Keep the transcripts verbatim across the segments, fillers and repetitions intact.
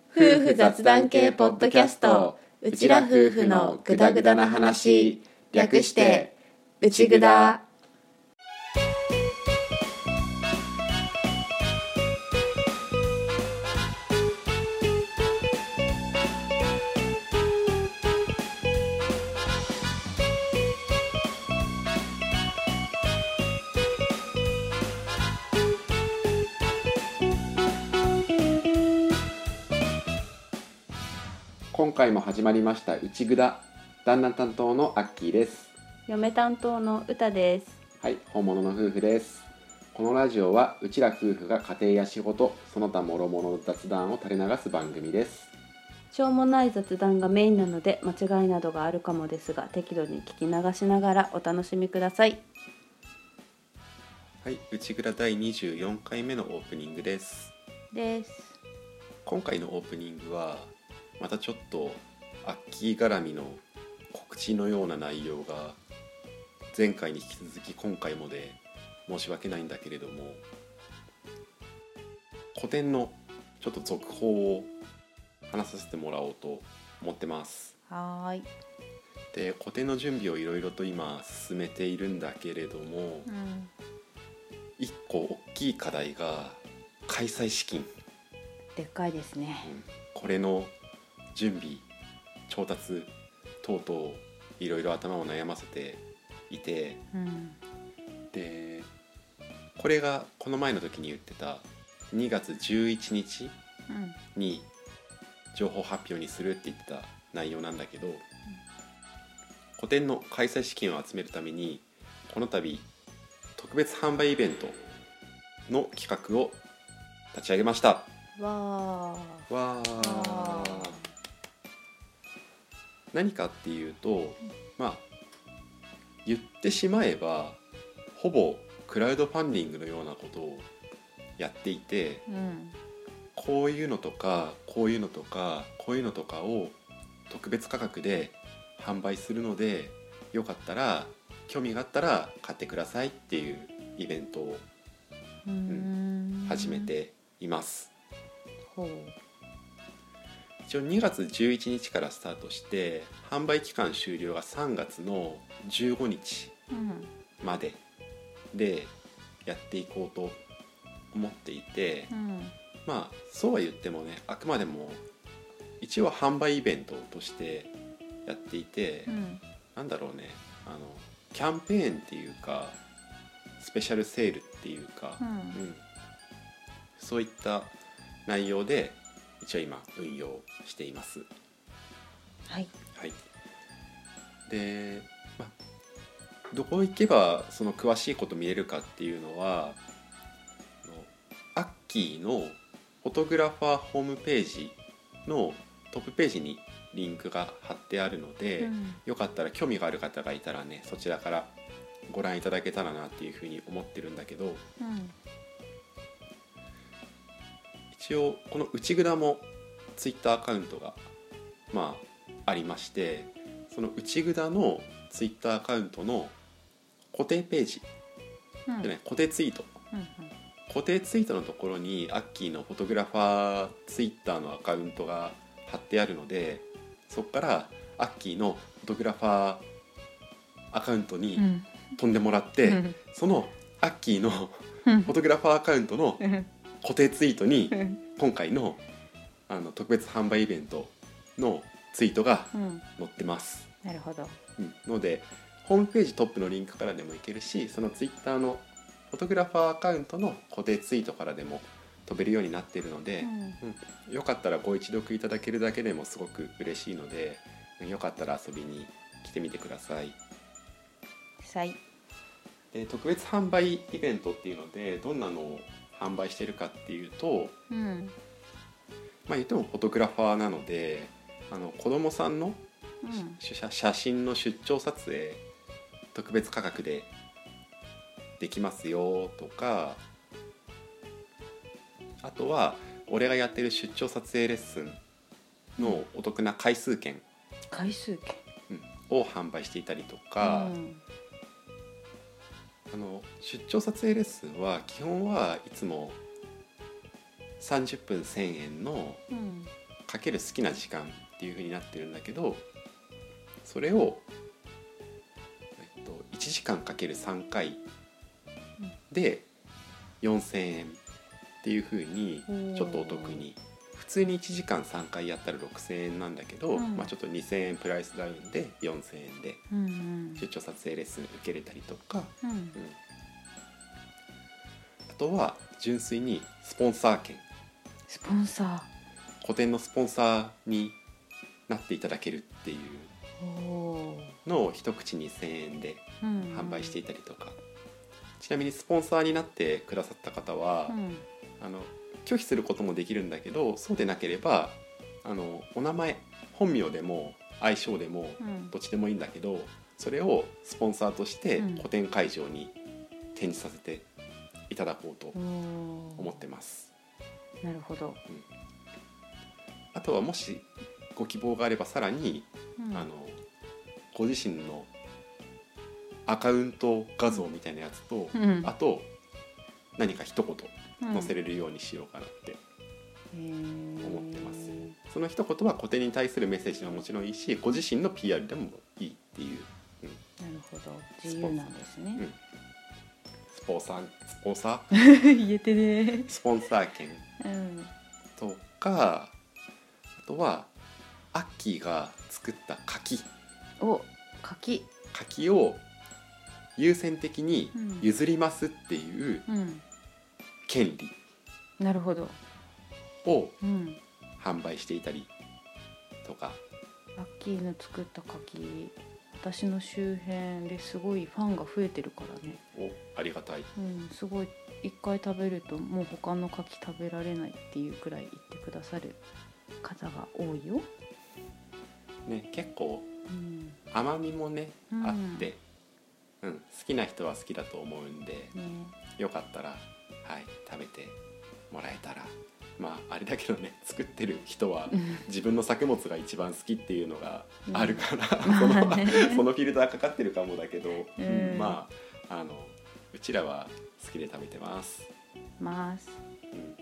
夫婦雑談系ポッドキャスト、うちら夫婦のぐだぐだな話、略してうちぐだ。 今回も始まりましたうちぐだ。旦那担当のアッキーです。 嫁担当のうたです。 はい、本物の夫婦です。このラジオはうちら夫婦が家庭や仕事、その他諸々の雑談を垂れ流す番組です。 しょうもない雑談がメインなので間違いなどがあるかもですが、適度に聞き流しながらお楽しみください。 はい、うちぐだだいにじゅうよんかいめのオープニングです。 です今回のオープニングはまたちょっとアッキー絡みの告知のような内容が前回に引き続き今回もで申し訳ないんだけれども、個展のちょっと続報を話させてもらおうと思ってます。 はーい。 で、個展の準備をいろいろと今進めているんだけれども、 うん、 一個大きい課題が開催資金。 でっかいですね、 うん、これの準備調達等々いろいろ頭を悩ませていて、 うん、 でこれがこの前の時に言ってたにがつじゅういちにちに情報発表にするって言ってた内容なんだけど、うん、個展の開催資金を集めるためにこの度特別販売イベントの企画を立ち上げました。 わーわー何かっていうと、まあ言ってしまえばほぼクラウドファンディングのようなことをやっていて、 うん、 こういうのとかこういうのとかこういうのとかを特別価格で販売するので、よかったら興味があったら買ってくださいっていうイベントを、 うーん、 始めています。 ほう。 一応にがつじゅういちにちからスタートして販売期間終了がさんがつのじゅうごにちまででやっていこうと思っていて、 うん、 まあそうは言ってもね、あくまでも一応販売イベントとしてやっていて、 うん、 なんだろうね、あのキャンペーンっていうかスペシャルセールっていうか、 うんうん、そういった内容で一応今運用しています。 はい、 はい。で、まあ、どこ行けばその詳しいこと見れるかっていうのは、アッキーのフォトグラファーホームページのトップページにリンクが貼ってあるので、うん、よかったら興味がある方がいたらね、そちらからご覧いただけたらなっていうふうに思ってるんだけど、うん、一応この内蔵もツイッターアカウントがまあありまして、その内蔵のツイッターアカウントの固定ページ、うんでね、固定ツイート、うんうん、固定ツイートのところにアッキーのフォトグラファーツイッターのアカウントが貼ってあるので、そこからアッキーのフォトグラファーアカウントに飛んでもらって、うん、そのアッキーのフォトグラファーアカウントの固定ツイートに今回のあの特別販売イベントのツイートが載ってます、 うん、なるほど、 うん、のでホームページトップのリンクからでもいけるし、そのツイッターのフォトグラファーアカウントの固定ツイートからでも飛べるようになっているので、うんうん、よかったらご一読いただけるだけでもすごく嬉しいので、よかったら遊びに来てみてください。 はい。 で、特別販売イベントっていうのでどんなのを販売してるかっていうと、うん、まあ言ってもフォトグラファーなので、あの子供さんの、うん、写真の出張撮影特別価格でできますよとか、あとは俺がやってる出張撮影レッスンのお得な回数券、 回数券、 うん、を販売していたりとか、うん、あの出張撮影レッスンは基本はいつもさんじゅっぷんせんえんのかける好きな時間っていう風になってるんだけど、それを、えっと、いちじかんかけるさんかいでよんせんえんっていう風にちょっとお得に、普通にいちじかんさんかいやったらろくせんえんなんだけど、 うんまあ、ちょっとにせんえんプライスダウンでよんせんえんでうん出張撮影レッスン受けれたりとか、 うんうんあとは純粋にスポンサー券、 スポンサ個展のスポンサーになっていただけるっていうーおーのを一口にせんえんでうん販売していたりとか、ちなみにスポンサーになってくださった方は、 うんあの拒否することもできるんだけど、そうでなければあのお名前本名でも愛称でもうんどっちでもいいんだけど、それをスポンサーとしてうん個展会場に展示させていただこうとおー思ってます。 なるほど、 あとはもしご希望があればさらに、 うんあのご自身のアカウント画像みたいなやつと、 うんあと何か一言うん載せれるようにしようかなって、 へー思ってますその一言は個展に対するメッセージはもちろんいいし、ご自身の ピーアール でもいいっていう、うん、 なるほど、自由なんですね、 うんスポンサースポンサー言えてねスポンサー券うんとか、あとはアッキーが作った柿お柿柿を優先的にうん譲りますっていううん権利なるほどをうん販売していたりとか、 アッキーの作った柿、私の周辺ですごいファンが増えてるからね、 おありがたい。 うん、すごい一回食べるともう他の柿食べられないっていうくらい言ってくださる方が多いよ、 ね、結構うん甘みもね、 うんあって、うん、好きな人は好きだと思うんで、 ね、 よかったら、はい、食べてもらえたら、まああれだけどね、作ってる人はうん自分の作物が一番好きっていうのがあるから、 うんそのまあねそのフィルターかかってるかもだけど、 うんうんまああのうちらは好きで食べてます。 ますうん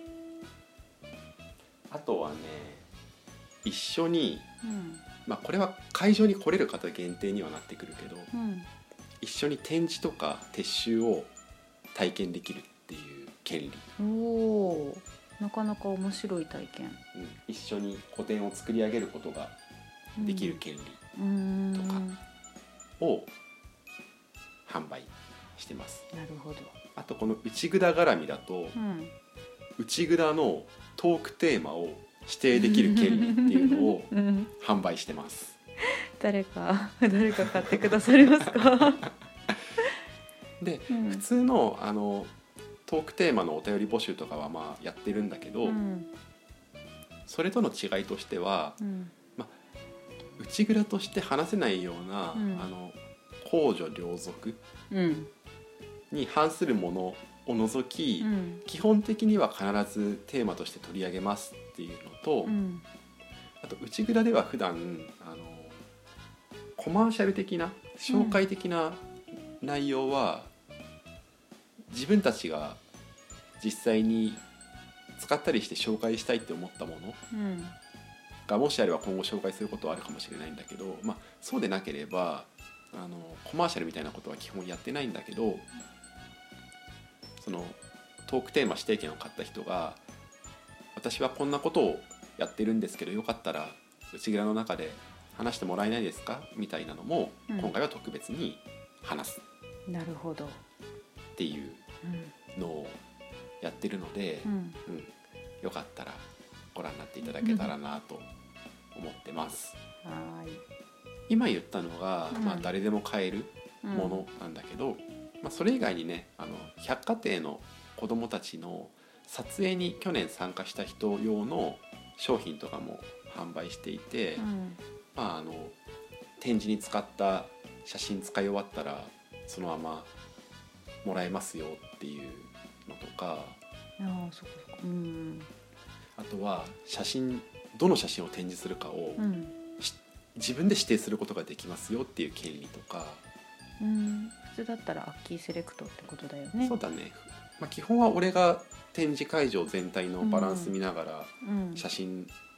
あとはね、一緒に、 うんまあこれは会場に来れる方限定にはなってくるけど、 うん一緒に展示とか撤収を体験できるっていう権利、 おおー、なかなか面白い体験うん、一緒に個展を作り上げることができる権利うーんとかを販売してます。 なるほど、 あとこの内蔵絡みだと、 うん、 内蔵のトークテーマを指定できる権利っていうのをうん販売してます。 誰か誰か買ってくださりますかで、 うん普通のあのトークテーマのお便り募集とかはまあやってるんだけど、 うんそれとの違いとしては、 うん内蔵として話せないような、 うんあの公序良俗うんに反するものを除き、 うん基本的には必ずテーマとして取り上げますっていうのと、 うんあと内蔵では普段あのコマーシャル的な紹介的な内容は、自分たちが実際に使ったりして紹介したいって思ったものうんがもしあれば今後紹介することはあるかもしれないんだけど、まあ、そうでなければあのコマーシャルみたいなことは基本やってないんだけど、そのトークテーマ指定権を買った人が私はこんなことをやってるんですけどよかったら内蔵の中で話してもらえないですかみたいなのも、 うん今回は特別に話すなるほど、 っていううんのをやってるので、 うんうんよかったらご覧になっていただけたらなと思ってます。 はーい今言ったのが、 うんまあ、誰でも買えるうんものなんだけど、まあ、それ以外にねあの百貨店の子どもたちの撮影に去年参加した人用の商品とかも販売していて、 うんまあ、あの展示に使った写真使い終わったらそのままもらえますよっていうのとか、 ああそこそこうんあとは写真どの写真を展示するかをうんし自分で指定することができますよっていう権利とか、 うん普通だったらアッキーセレクトってことだよね。 そうだね、まあ、基本は俺が展示会場全体のバランス見ながらうん写真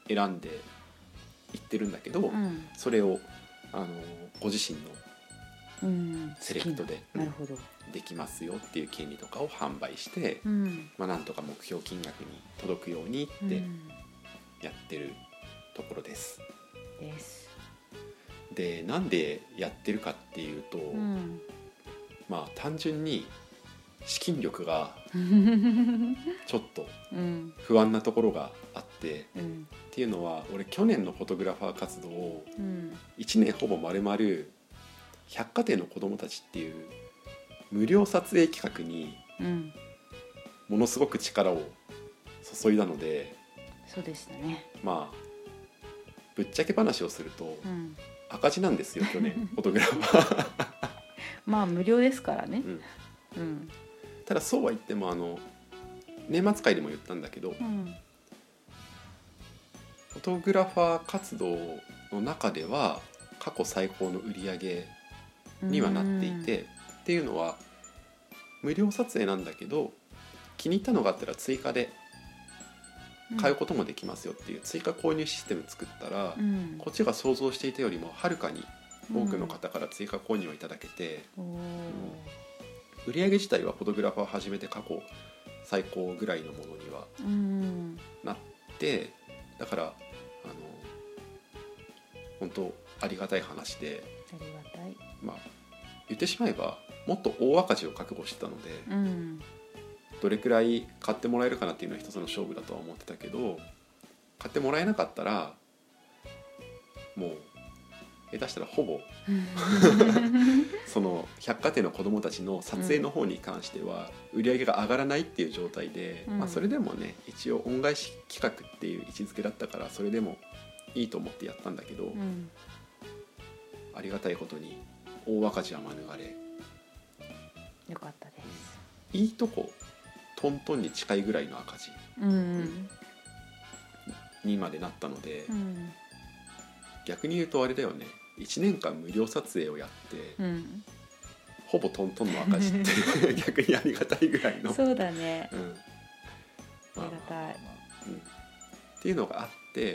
選んでいってるんだけど、 うんそれをあのご自身のうんセレクトで、 なるほど。 できますよっていう権利とかを販売して、 うんまあ、なんとか目標金額に届くようにってうんやってるところです。 です。 でなんでやってるかっていうと、 うんまあ単純に資金力がちょっとうん不安なところがあって、 うんっていうのは俺去年のフォトグラファー活動をうんいちねんほぼ丸々百貨店の子どもたちっていう無料撮影企画にうんものすごく力を注いだので、 そうでしたね。 まあぶっちゃけ話をするとうん赤字なんですよ去年フォトグラファー、 まあ無料ですからね。 うん、 うんただそうは言ってもあの年末会でも言ったんだけど、 うんフォトグラファー活動の中では過去最高の売り上げにはなっていて、っていうのは無料撮影なんだけど気に入ったのがあったら追加で買うこともできますよっていう追加購入システム作ったら、 うんこっちが想像していたよりもはるかに多くの方から追加購入をいただけて、 おー売り上げ自体はフォトグラファー始めて過去最高ぐらいのものにはうんなって、だからあの本当ありがたい話で、 ありがたい。 まあ言ってしまえばもっと大赤字を覚悟してたので、 うんどれくらい買ってもらえるかなっていうのは一つの勝負だとは思ってたけど、買ってもらえなかったらもう下手したらほぼその百貨店の子どもたちの撮影の方に関しては売り上げが上がらないっていう状態で、 うんまあ、それでもね一応恩返し企画っていう位置づけだったからそれでもいいと思ってやったんだけど、 うんありがたいことに大赤字は免れ、 よかったです。 いいとこトントンに近いぐらいの赤字うんにまでなったので、 うん逆に言うとあれだよね、いちねんかん無料撮影をやって、 うんほぼトントンの赤字って逆にありがたいぐらいの、 そうだね。 うんありがたい。 まあまあまあうんっていうのがあって、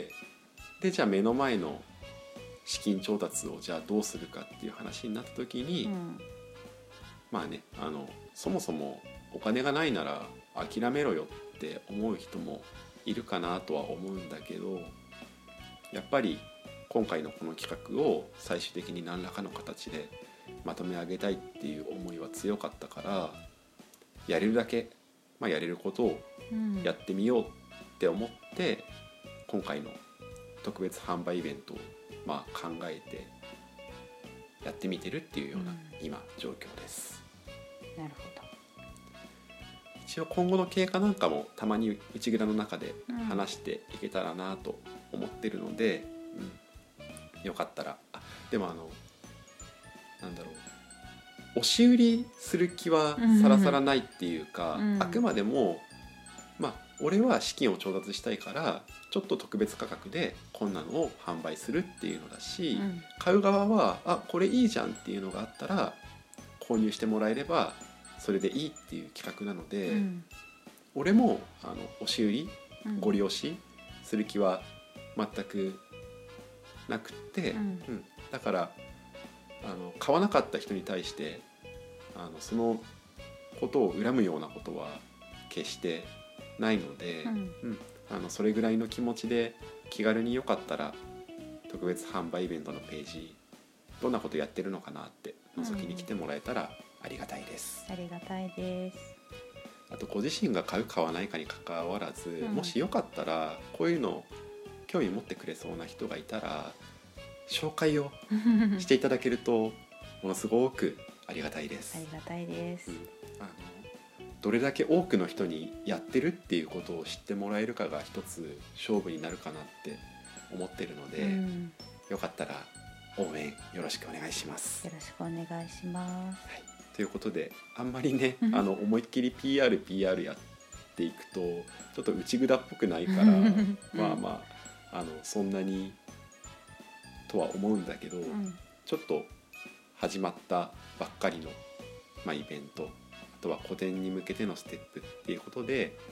でじゃあ目の前の資金調達をじゃあどうするかっていう話になった時に、 うんまあねあのそもそもお金がないなら諦めろよって思う人もいるかなとは思うんだけど、やっぱり今回のこの企画を最終的に何らかの形でまとめ上げたいっていう思いは強かったから、やれるだけ、まあ、やれることをうんやってみようって思って今回の特別販売イベントをまあ考えてやってみてるっていうような今状況です。 なるほ一応今後の経過なんかもたまに内蔵の中でど。うん話していけたらなと思ってるので、うん、よかったら。あでもあのなんだろう、押し売りする気はさらさらないっていうか、 うんあくまでもまあ俺は資金を調達したいからちょっと特別価格でこんなのを販売するっていうのだし、 うん買う側はあこれいいじゃんっていうのがあったら購入してもらえればそれでいいっていう企画なので、 うん俺もあの押し売りうんご利用しする気は全くなくって、 うんうんだからあの買わなかった人に対してあのそのことを恨むようなことは決してないので、 うんうんあのそれぐらいの気持ちで気軽によかったら特別販売イベントのページどんなことやってるのかなって覗きに来てもらえたらありがたいです。 ありがたいです。 あとご自身が買う買わないかにかかわらず、 うんもしよかったらこういうの興味持ってくれそうな人がいたら紹介をしていただけるとものすごくありがたいですあり。がたいですう。んあのどれだけ多くの人にやってるっていうことを知ってもらえるかが一つ勝負になるかなって思ってるので、 うんよかったら応援よろしくお願いします。 よろしくお願いします。 はい、ということであんまりねうんあの思いっきり ピーアールピーアール やっていくとちょっと内蔵っぽくないからうんまあまああのそんなにとは思うんだけど、 うんちょっと始まったばっかりの、まあ、イベント、あとは個展に向けてのステップっていうことで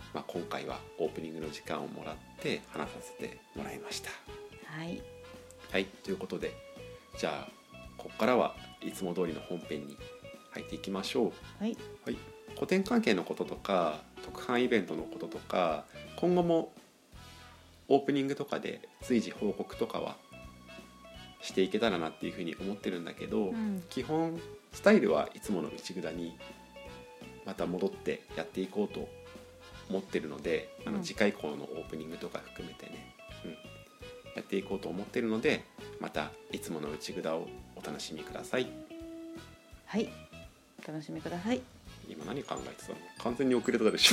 まあ、今回はオープニングの時間をもらって話させてもらいました。 はいはい、ということでじゃあここからはいつも通りの本編に入っていきましょう。 はい、 はい、古典関係のこととか特販イベントのこととか今後もオープニングとかで随時報告とかはしていけたらなっていうふうに思ってるんだけど、 うん、 基本スタイルはいつもの内蔵にまた戻ってやっていこうと思ってるので、あの次回以降のオープニングとか含めてね、うん、やっていこうと思ってるのでまたいつもの内蔵をお楽しみください。 はいお楽しみください。 今何考えてたの？完全に遅れたでしょ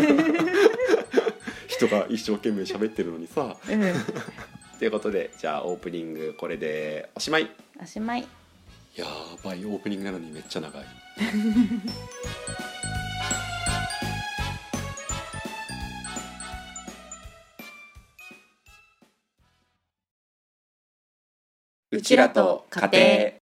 人が一生懸命喋ってるのにさ、 うん、 ということでじゃあオープニングこれでおしまい。 おしまい。 やばいオープニングなのにめっちゃ長いうちらと家庭。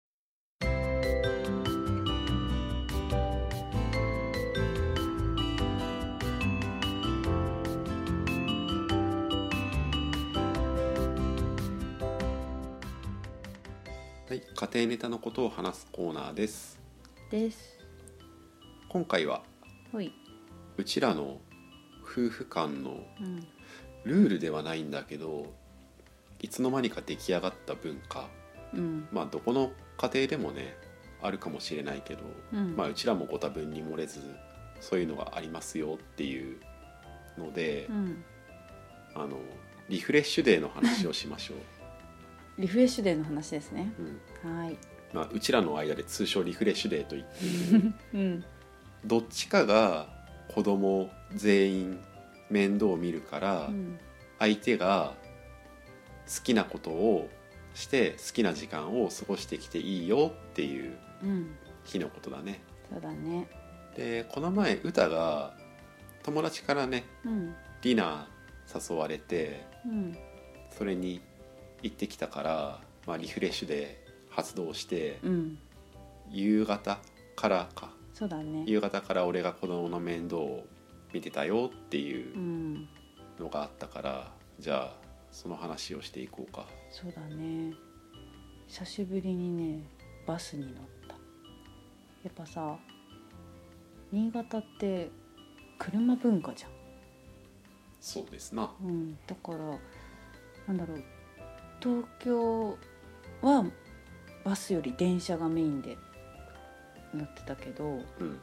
はい、家庭ネタのことを話すコーナーですです。 今回はほい、 うちらの夫婦間のうんルールではないんだけどいつの間にか出来上がった文化、 うんまあどこの家庭でもねあるかもしれないけど、 うんまあうちらもご多分に漏れずそういうのがありますよっていうので、 うんあのリフレッシュデーの話をしましょうリフレッシュデーの話ですね。 うんはい、 まあ、うちらの間で通称リフレッシュデーと言っているうんどっちかが子供全員面倒を見るから、 うん相手が好きなことをして好きな時間を過ごしてきていいよっていううん日のことだね。 そうだね。 でこの前歌が友達からねうんディナー誘われてうんそれに行ってきたから、まあ、リフレッシュで発動してうん夕方からかそうだね。 夕方から俺が子供の面倒を見てたよっていううんのがあったからじゃあその話をしていこうか。 そうだね。久しぶりにねバスに乗った。やっぱさ新潟って車文化じゃん。 そうですな。 うん、だからなんだろう東京はバスより電車がメインで乗ってたけどうん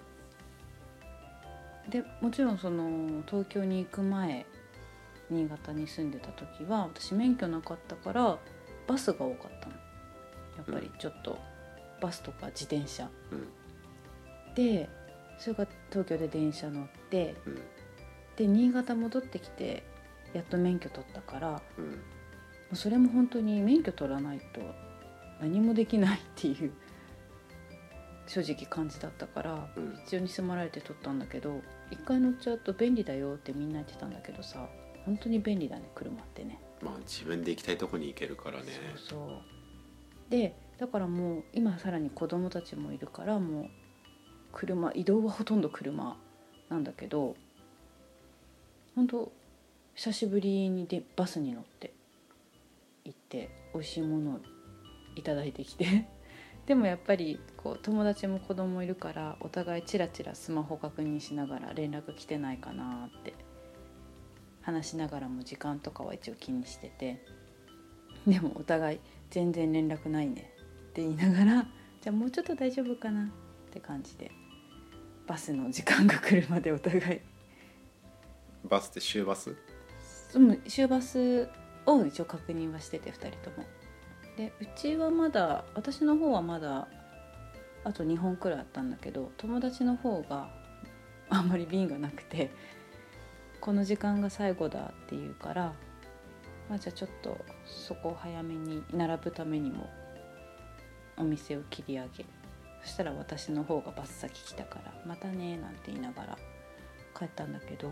でもちろんその東京に行く前新潟に住んでた時は私免許なかったからバスが多かったの。やっぱりちょっとバスとか自転車、 うん、 でそれが東京で電車乗ってうんで新潟戻ってきてやっと免許取ったからもうんうそれも本当に免許取らないと何もできないっていう正直感じだったからうん必要に迫られて取ったんだけど一回乗っちゃうと便利だよってみんな言ってたんだけどさ本当に便利だね車ってね。 まあ自分で行きたいとこに行けるからね。 そうそうでだからもう今さらに子供たちもいるからもう車移動はほとんど車なんだけど本当久しぶりにでバスに乗って行って美味しいものをいただいてきてでもやっぱりこう友達も子供いるからお互いチラチラスマホ確認しながら連絡来てないかなって話しながらも時間とかは一応気にしててでもお互い全然連絡ないねって言いながらじゃあもうちょっと大丈夫かなって感じでバスの時間が来るまでお互いバスって終バス？ うん終バスを一応確認はしててふたりともでうちはまだ私の方はまだあとにほんくらいあったんだけど友達の方があんまり便がなくてこの時間が最後だって言うから、まあ、じゃあちょっとそこを早めに並ぶためにもお店を切り上げそしたら私の方がバス先来たからまたねなんて言いながら帰ったんだけど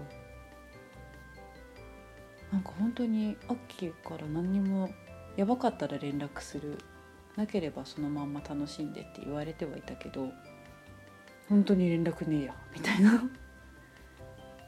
なんか本当にアッキーから何にもやばかったら連絡するなければそのまんま楽しんでって言われてはいたけど本当に連絡ねえやみたいな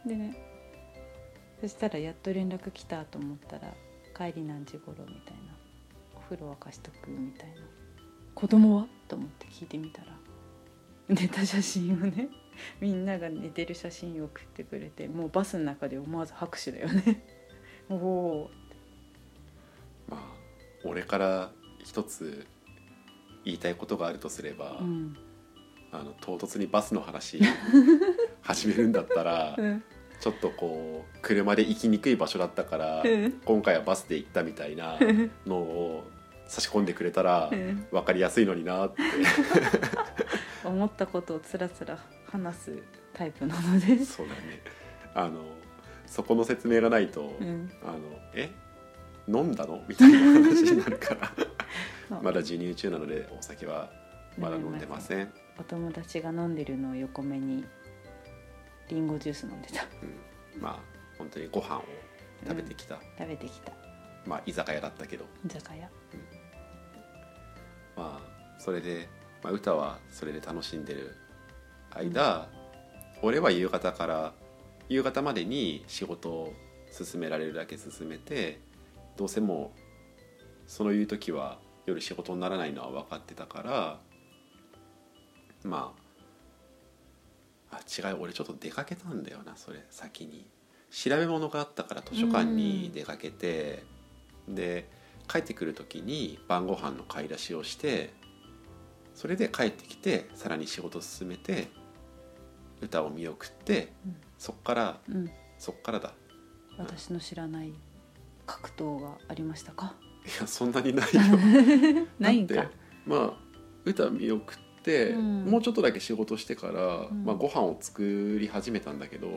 でね、そしたらやっと連絡来たと思ったら帰り何時頃みたいな、お風呂沸かしとくみたいな、子供はと思って聞いてみたら寝た写真をね、みんなが寝てる写真を送ってくれて、もうバスの中で思わず拍手だよねおお。 まあ俺から一つ言いたいことがあるとすれば、うん、あの唐突にバスの話始めるんだったら、うん、ちょっとこう車で行きにくい場所だったから、うん、今回はバスで行ったみたいなのを差し込んでくれたら分かりやすいのになって思ったことをつらつら話すタイプなのでそうだね、あのそこの説明がないと、うん、あのえ飲んだのみたいな話になるからまだ授乳中なのでお酒はまだ飲んでません。 お友達が飲んでるのを横目にリンゴジュース飲んでた、 うん、まあ本当にご飯を食べてきた、うん、 食べてきた、 まあ居酒屋だったけど居酒屋、うん、 まあそれで、まあ、歌はそれで楽しんでる間、うん、俺は夕方から夕方までに仕事を進められるだけ進めて、どうせもうそのいう時は夜仕事にならないのは分かってたから、まあ、あ違う俺ちょっと出かけたんだよな。それ先に調べ物があったから図書館に出かけて、で帰ってくる時に晩ご飯の買い出しをして、それで帰ってきてさらに仕事を進めて歌を見送って、うん、そっから、うん、そっからだ。 私の知らない格闘がありましたか？ いやそんなにないよないんか。 だってまあ歌見送って、うん、もうちょっとだけ仕事してから、うんまあ、ご飯を作り始めたんだけど、うん、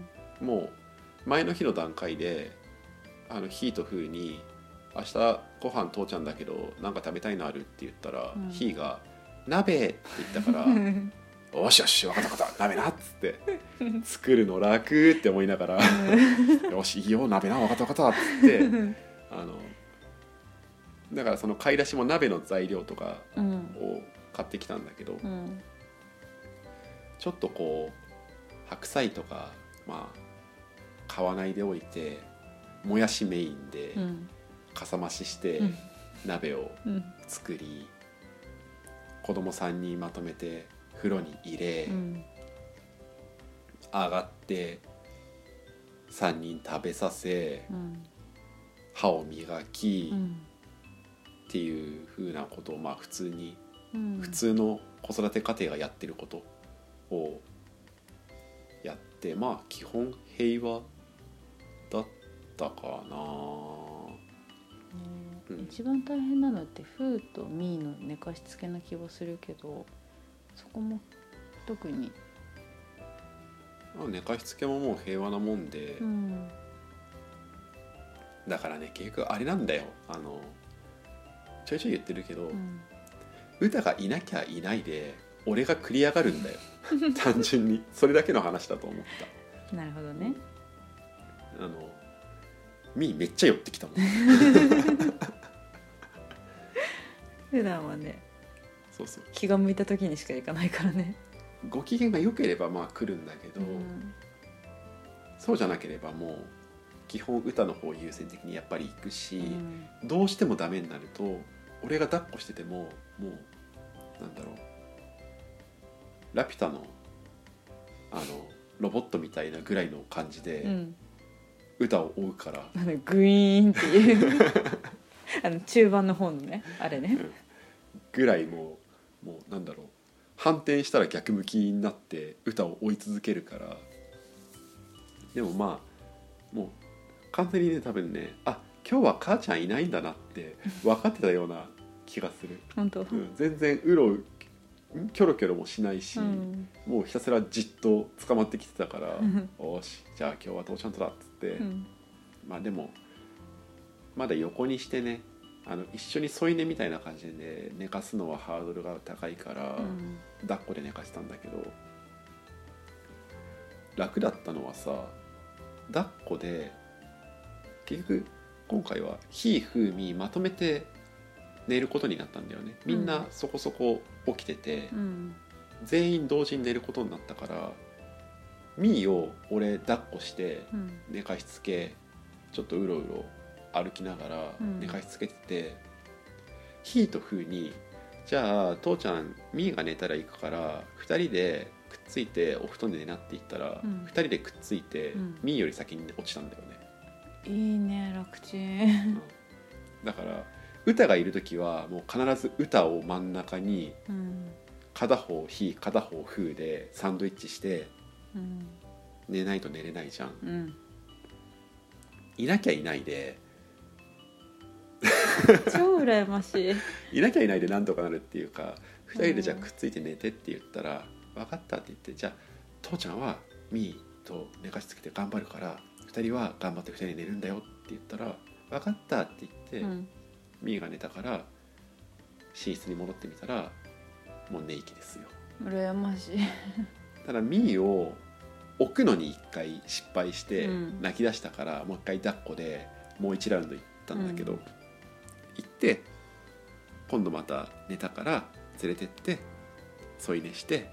もう前の日の段階であのヒーとフーに明日ご飯父ちゃんだけどなんか食べたいのあるって言ったら、うん、ヒーが鍋って言ったからよしよし分かった分かった鍋なっつって作るの楽って思いながらよしいいよ鍋な分かった分かったっつってあのだからその買い出しも鍋の材料とかを買ってきたんだけど、うん、ちょっとこう白菜とかまあ買わないでおいてもやしメインでかさ増しして鍋を作り、うん、子供さんにんまとめて風呂に入れ、うん、上がってさんにん食べさせ、うん、歯を磨き、うん、っていう風なことをまあ普通に、うん、普通の子育て家庭がやってることをやって、まあ基本平和だったかな、 うん、一番大変なのってフーとミーの寝かしつけな気はするけど、そこも特に寝かしつけももう平和なもんで、うん、だからね結局あれなんだよ、あのちょいちょい言ってるけど、うん、歌がいなきゃいないで俺が繰り上がるんだよ単純にそれだけの話だと思った。 なるほどね。 あのミーめっちゃ寄ってきたもん普段はね、 そうそう気が向いた時にしか行かないからね。 ご機嫌が良ければまあ来るんだけど、うん、そうじゃなければもう基本歌の方優先的にやっぱり行くし、うん、どうしてもダメになると俺が抱っこしててももうなんだろうラピュタのあのロボットみたいなぐらいの感じで、うん、歌を追うからグイーンっていうあの中盤の方のねあれね、うん、 ぐらいもうもうなんだろう反転したら逆向きになって歌を追い続けるから。でもまあもう完全にね多分ねあ今日は母ちゃんいないんだなって分かってたような気がする本当、うん、 全然うろキョロキョロもしないし、うん、もうひたすらじっと捕まってきてたからよしじゃあ今日は父ちゃんとだっつって、うん、まあでもまだ横にしてねあの一緒に添い寝みたいな感じで寝かすのはハードルが高いから、うん、抱っこで寝かしたんだけど楽だったのはさ抱っこで結局今回はひーふーみーまとめて寝ることになったんだよね。みんなそこそこ起きてて、うん、全員同時に寝ることになったからミーを俺抱っこしてうん寝かしつけちょっとうろうろ歩きながらうん寝かしつけてて、ヒーとフーにじゃあ父ちゃんミーが寝たら行くからふたりでくっついてお布団で寝なって言ったら、 うんふたりでくっついて、 うんミーより先に落ちたんだよね、 いいね楽ちんうんだから歌がいる時はもう必ず歌を真ん中にうん片方ヒー片方フーでサンドイッチしてうん寝ないと寝れないじゃん。 うんいなきゃいないで超羨ましいいなきゃいないでなんとかなるっていうか、ふたりでじゃあくっついて寝てって言ったら分かったって言って、じゃあ父ちゃんはミーと寝かしつけて頑張るからふたりは頑張ってふたりで寝るんだよって言ったら分かったって言って、 うんミーが寝たから寝室に戻ってみたらもう寝息ですよ。 羨ましいただミーを置くのに一回失敗してうん泣き出したから、もう一回抱っこでもう一ラウンド行ったんだけど、 うん行って今度また寝たから連れてって添い寝して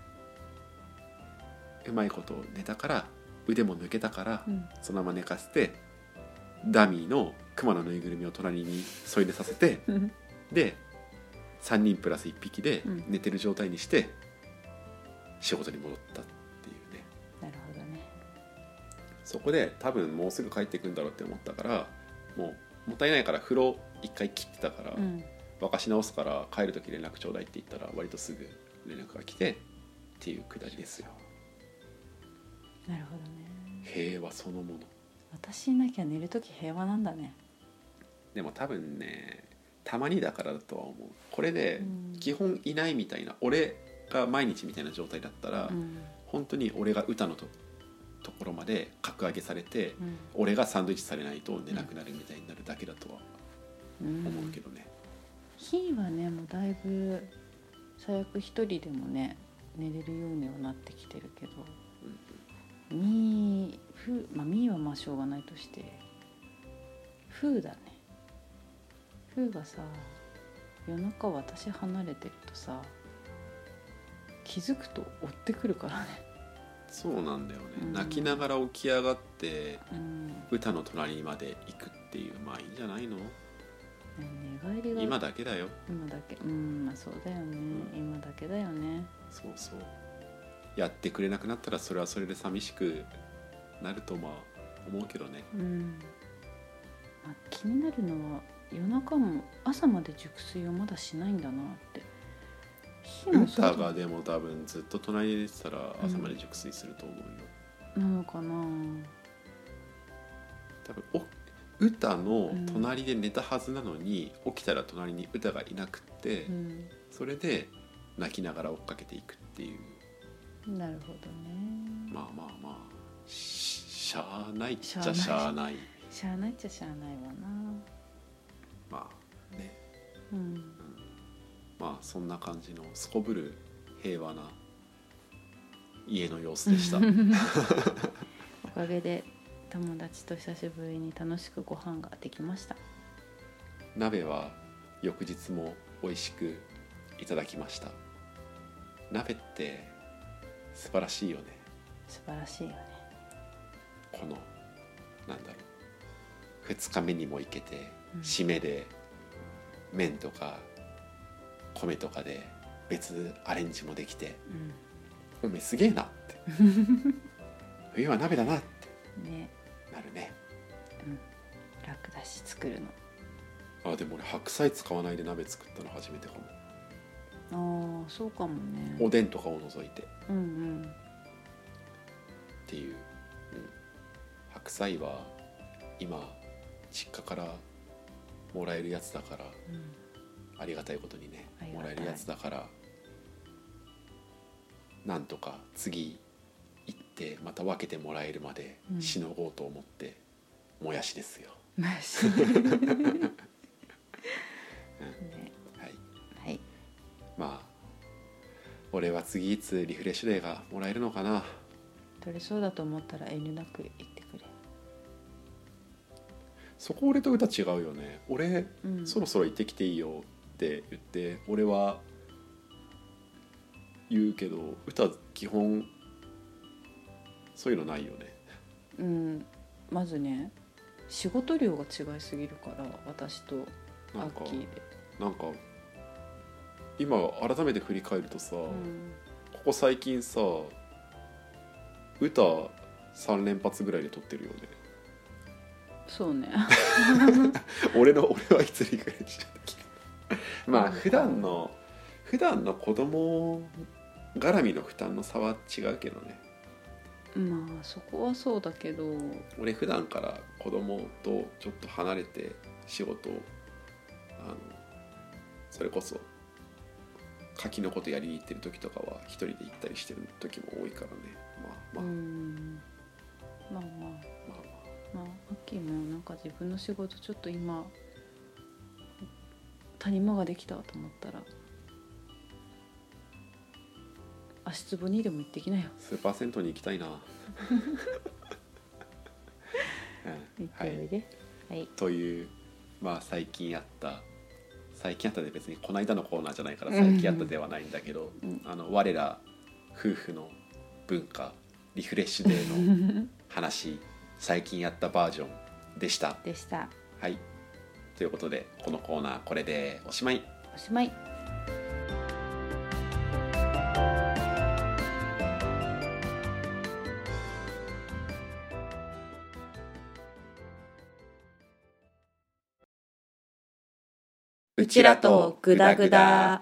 うまいこと寝たから腕も抜けたから、 うんそのまま寝かせてダミーのクマのぬいぐるみを隣に添い寝させてうんでさんにんプラスいっぴきでうん寝てる状態にして仕事に戻ったっていうね。 なるほどねそこで多分もうすぐ帰ってくんだろうって思ったからもうもったいないから風呂一回切ってたから、 うん沸かし直すから帰る時連絡ちょうだいって言ったら割とすぐ連絡が来てっていうくだりですよ。 なるほどね平和そのもの。 私いなきゃ寝るとき平和なんだねでも多分ねたまにだからだとは思う。これでうん基本いないみたいな、俺が毎日みたいな状態だったら、 うん本当に俺が歌のとところまで格上げされて、 うん俺がサンドイッチされないと寝なくなるみたいになるだけだとはうん思うけどね。 ひーはねもうだいぶ最悪一人でもね寝れるようにはなってきてるけど、みーふーまあみーはまあしょうがないとしてふーだね。ふーがさ夜中私離れてるとさ気づくと追ってくるからね、 そうなんだよね、 うん泣きながら起き上がってうん歌の隣まで行くっていう、まあいいんじゃないの。 ね、寝返りが今だけだよ。 今だけうんまあそうだよね、今だけだよね。 そうそうやってくれなくなったらそれはそれで寂しくなるとまあ思うけどね。 うんまあ、気になるのは夜中も朝まで熟睡をまだしないんだなって。日もそう歌がでも多分ずっと隣で寝てたら朝まで熟睡すると思うよ、 なのかな。 多分お歌の隣で寝たはずなのに、うん、起きたら隣に歌がいなくって、 うん、 それで泣きながら追っかけていくっていう。 なるほどね。 まあまあまあ し, しゃあないっちゃしゃあないしゃあないっちゃしゃあないわな。 まあね、 うん、 うん、まあそんな感じのすこぶる平和な家の様子でしたおかげで友達と久しぶりに楽しくご飯ができました。 鍋は翌日も美味しくいただきました。鍋って素晴らしいよね。 素晴らしいよね。 このなんだろうふつかめにも行けて、 うん、 締めで麺とか米とかで別アレンジもできて、 うん、 おめえすげえなって冬は鍋だなってね、 なるね、 うん、楽だし作るの。あでも俺白菜使わないで鍋作ったの初めてかの。ああそうかもね。 も。おでんとかを除いてっうんうんていう、うん、白菜は今実家からもらえるやつだから、 うん、 ありがたいことにねありがたいもらえるやつだからなんとか次行ってまた分けてもらえるまでしのごうと思って、うん、もやしですよ。 もやし、ね、 はい、 はい、 まあ俺は次いつリフレッシュデーがもらえるのかな。 取れそうだと思ったら遠慮なく言ってくれ。 そこ俺と歌違うよね。俺、 うん、 そろそろ行ってきていいよって言って俺は言うけど歌基本そういうのないよね。 うんまずね仕事量が違いすぎるから私とアなんかッキーで、 なんか今改めて振り返るとさ、 うん、 ここ最近さ歌さん連発ぐらいで撮ってるよね。 そうね俺の俺はいつリフレッシュした時まあ普段の普段の子供絡みの負担の差は違うけどね。 まあそこはそうだけど、 俺普段から子供とちょっと離れて仕事をあのそれこそ柿のことやりに行ってる時とかは一人で行ったりしてる時も多いからね。まあまあ、 うんまあまあまあまあまあアッキーもなんか自分の仕事ちょっと今谷間ができたと思ったら足つぼにでも行ってきなよ。 スーパー銭湯に行きたいな、うん行っておいで、はい、はい、 というまあ最近あった最近あったで別にこの間のコーナーじゃないから最近あったではないんだけど、 うん、 あの我ら夫婦の文化リフレッシュデーの話最近やったバージョンでしたでした。 はい、ということでこのコーナーこれでおしまい。 おしまい。 うちらとグダグダ。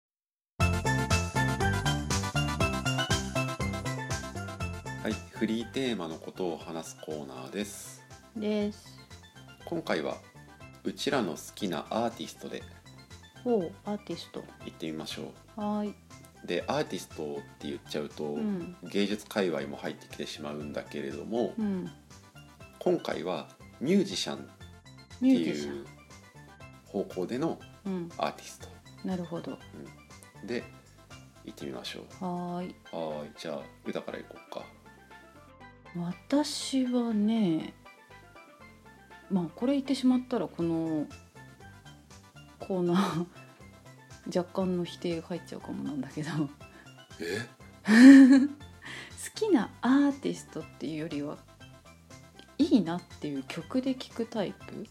はい、フリーテーマのことを話すコーナーです。 です。 今回はうちらの好きなアーティストでおアーティスト行ってみましょう。はい。 でアーティストって言っちゃうと、うん、芸術界隈も入ってきてしまうんだけれども、うん、今回はミュージシャンっていう方向でのアーティスト、 うん、なるほど、 うん、で行ってみましょう。 はい。 はい、じゃあ歌から行こうか。 私はね、まあこれ言ってしまったらこのコーナー若干の否定が入っちゃうかもなんだけどえ好きなアーティストっていうよりはいいなっていう曲で聴くタイプ。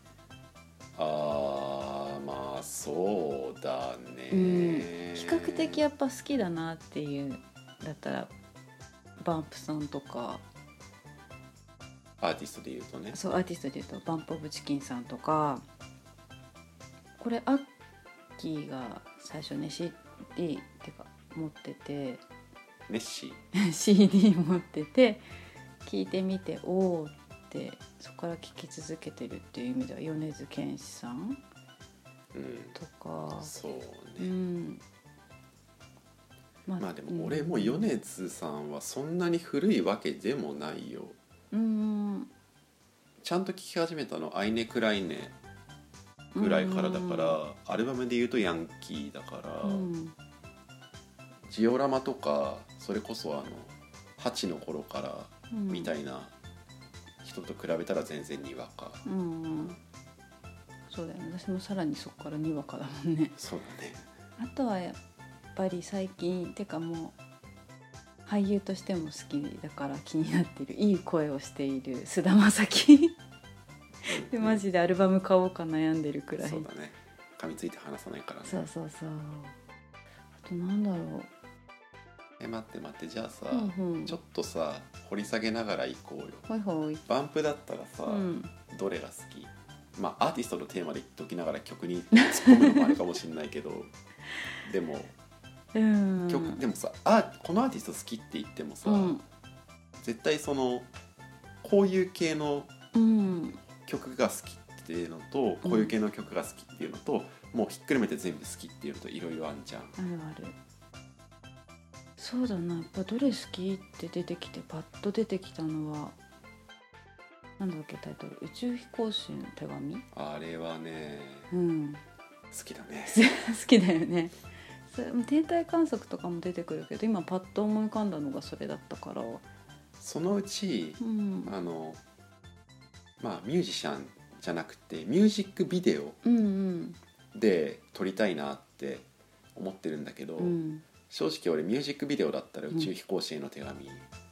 あーまあそうだね、うん、 比較的やっぱ好きだなっていうだったらバンプさんとかアーティストで言うとね。 そうアーティストで言うとバンプオブチキンさんとか、これアッキーが最初ね シーディー っていうか持っててネッシー シーディー 持ってて聞いてみておーってそこから聴き続けてるっていう意味では米津玄師さん、うん、とかそうね、 うん、 まあ、まあでも俺も米津さんはそんなに古いわけでもないよ。うん、ちゃんと聴き始めたのアイネクライネぐらいからだから、アルバムで言うとヤンキーだから、うん、ジオラマとかそれこそあのはちの頃からみたいな人と比べたら全然にわか、うんうん、 そうだよね。私もさらにそこからにわかだもんね。 そうだね。 あとはやっぱり最近てかもう俳優としても好きだから気になっているいい声をしている菅田将暉でマジでアルバム買おうか悩んでるくらい。 そうだね、噛みついて話さないからね。 そうそうそう。あとなんだろう。 え待って待ってじゃあさ、うんうん、ちょっとさ掘り下げながら行こうよ。 ほいほい。 バンプだったらさ、うん、どれが好き？まあアーティストのテーマで言っときながら曲に突っ込むのもあるかもしれないけどでも、うん、曲でもさあこのアーティスト好きって言ってもさ、うん、絶対そのこういう系の曲が好きっていうのと、うん、こういう系の曲が好きっていうのと、もうひっくるめて全部好きっていうのといろいろあんじゃん。 あるある。そうだな、やっぱどれ好きって出てきてパッと出てきたのはなんだっけタイトル、宇宙飛行士の手紙。 あれはね、うん、好きだね好きだよね。それ天体観測とかも出てくるけど今パッと思い浮かんだのがそれだったから、 そのうち、うん、あのまあミュージシャンじゃなくてミュージックビデオで撮りたいなって思ってるんだけど、うん、正直俺ミュージックビデオだったら宇宙飛行士への手紙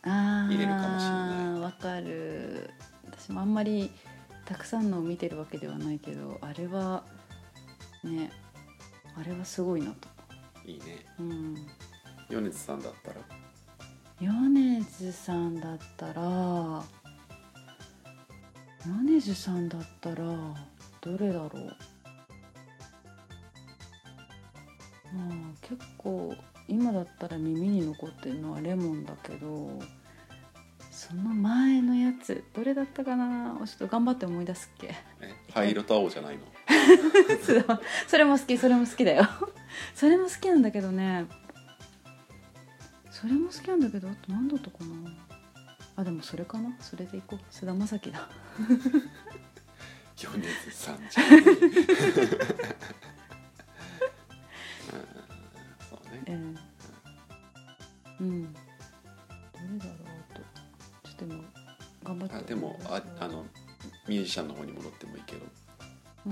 あ入れるかもしれない。 わかる。私もあんまりたくさんのを見てるわけではないけど、あれはね、あれはすごいなと。 いいね。 うん。 米津さんだったら米津さんだったら米津さんだったらどれだろう。まあ結構今だったら耳に残ってるのはレモンだけど、その前のやつどれだったかな。ちょっと頑張って思い出すっけ。 え灰色と青じゃないの？ それも好き、それも好きだよそれも好きなんだけどね、それも好きなんだけど、あと何だったかなあ。でもそれかな、それでいこう。菅田将暉だ米津さんじゃないうん、そうね、 えー、うんどれだろう。あとちょっとでも頑張って。 あでもああのミュージシャンの方に戻ってもいいけど、 うん、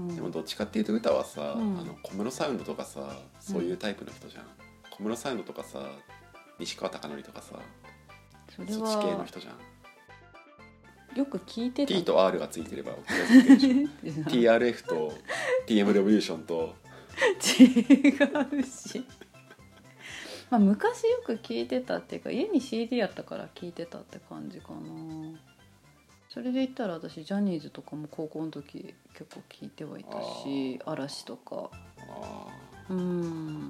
でもどっちかっていうと歌はさ、 うん、 あの小室サウンドとかさ、そういうタイプの人じゃん、うん、小室サウンドとかさ、西川貴教とかさ、 それそっち系のは人じゃん。 よく聞いてた。 T と R がついてれば OK でしょティーアールエフ と ティーエム レボリューションと違うしまあ昔よく聞いてたっていうか、家に シーディー やったから聞いてたって感じかな。それで言ったら私ジャニーズとかも高校の時結構聞いてはいたし、嵐とか。 あうん、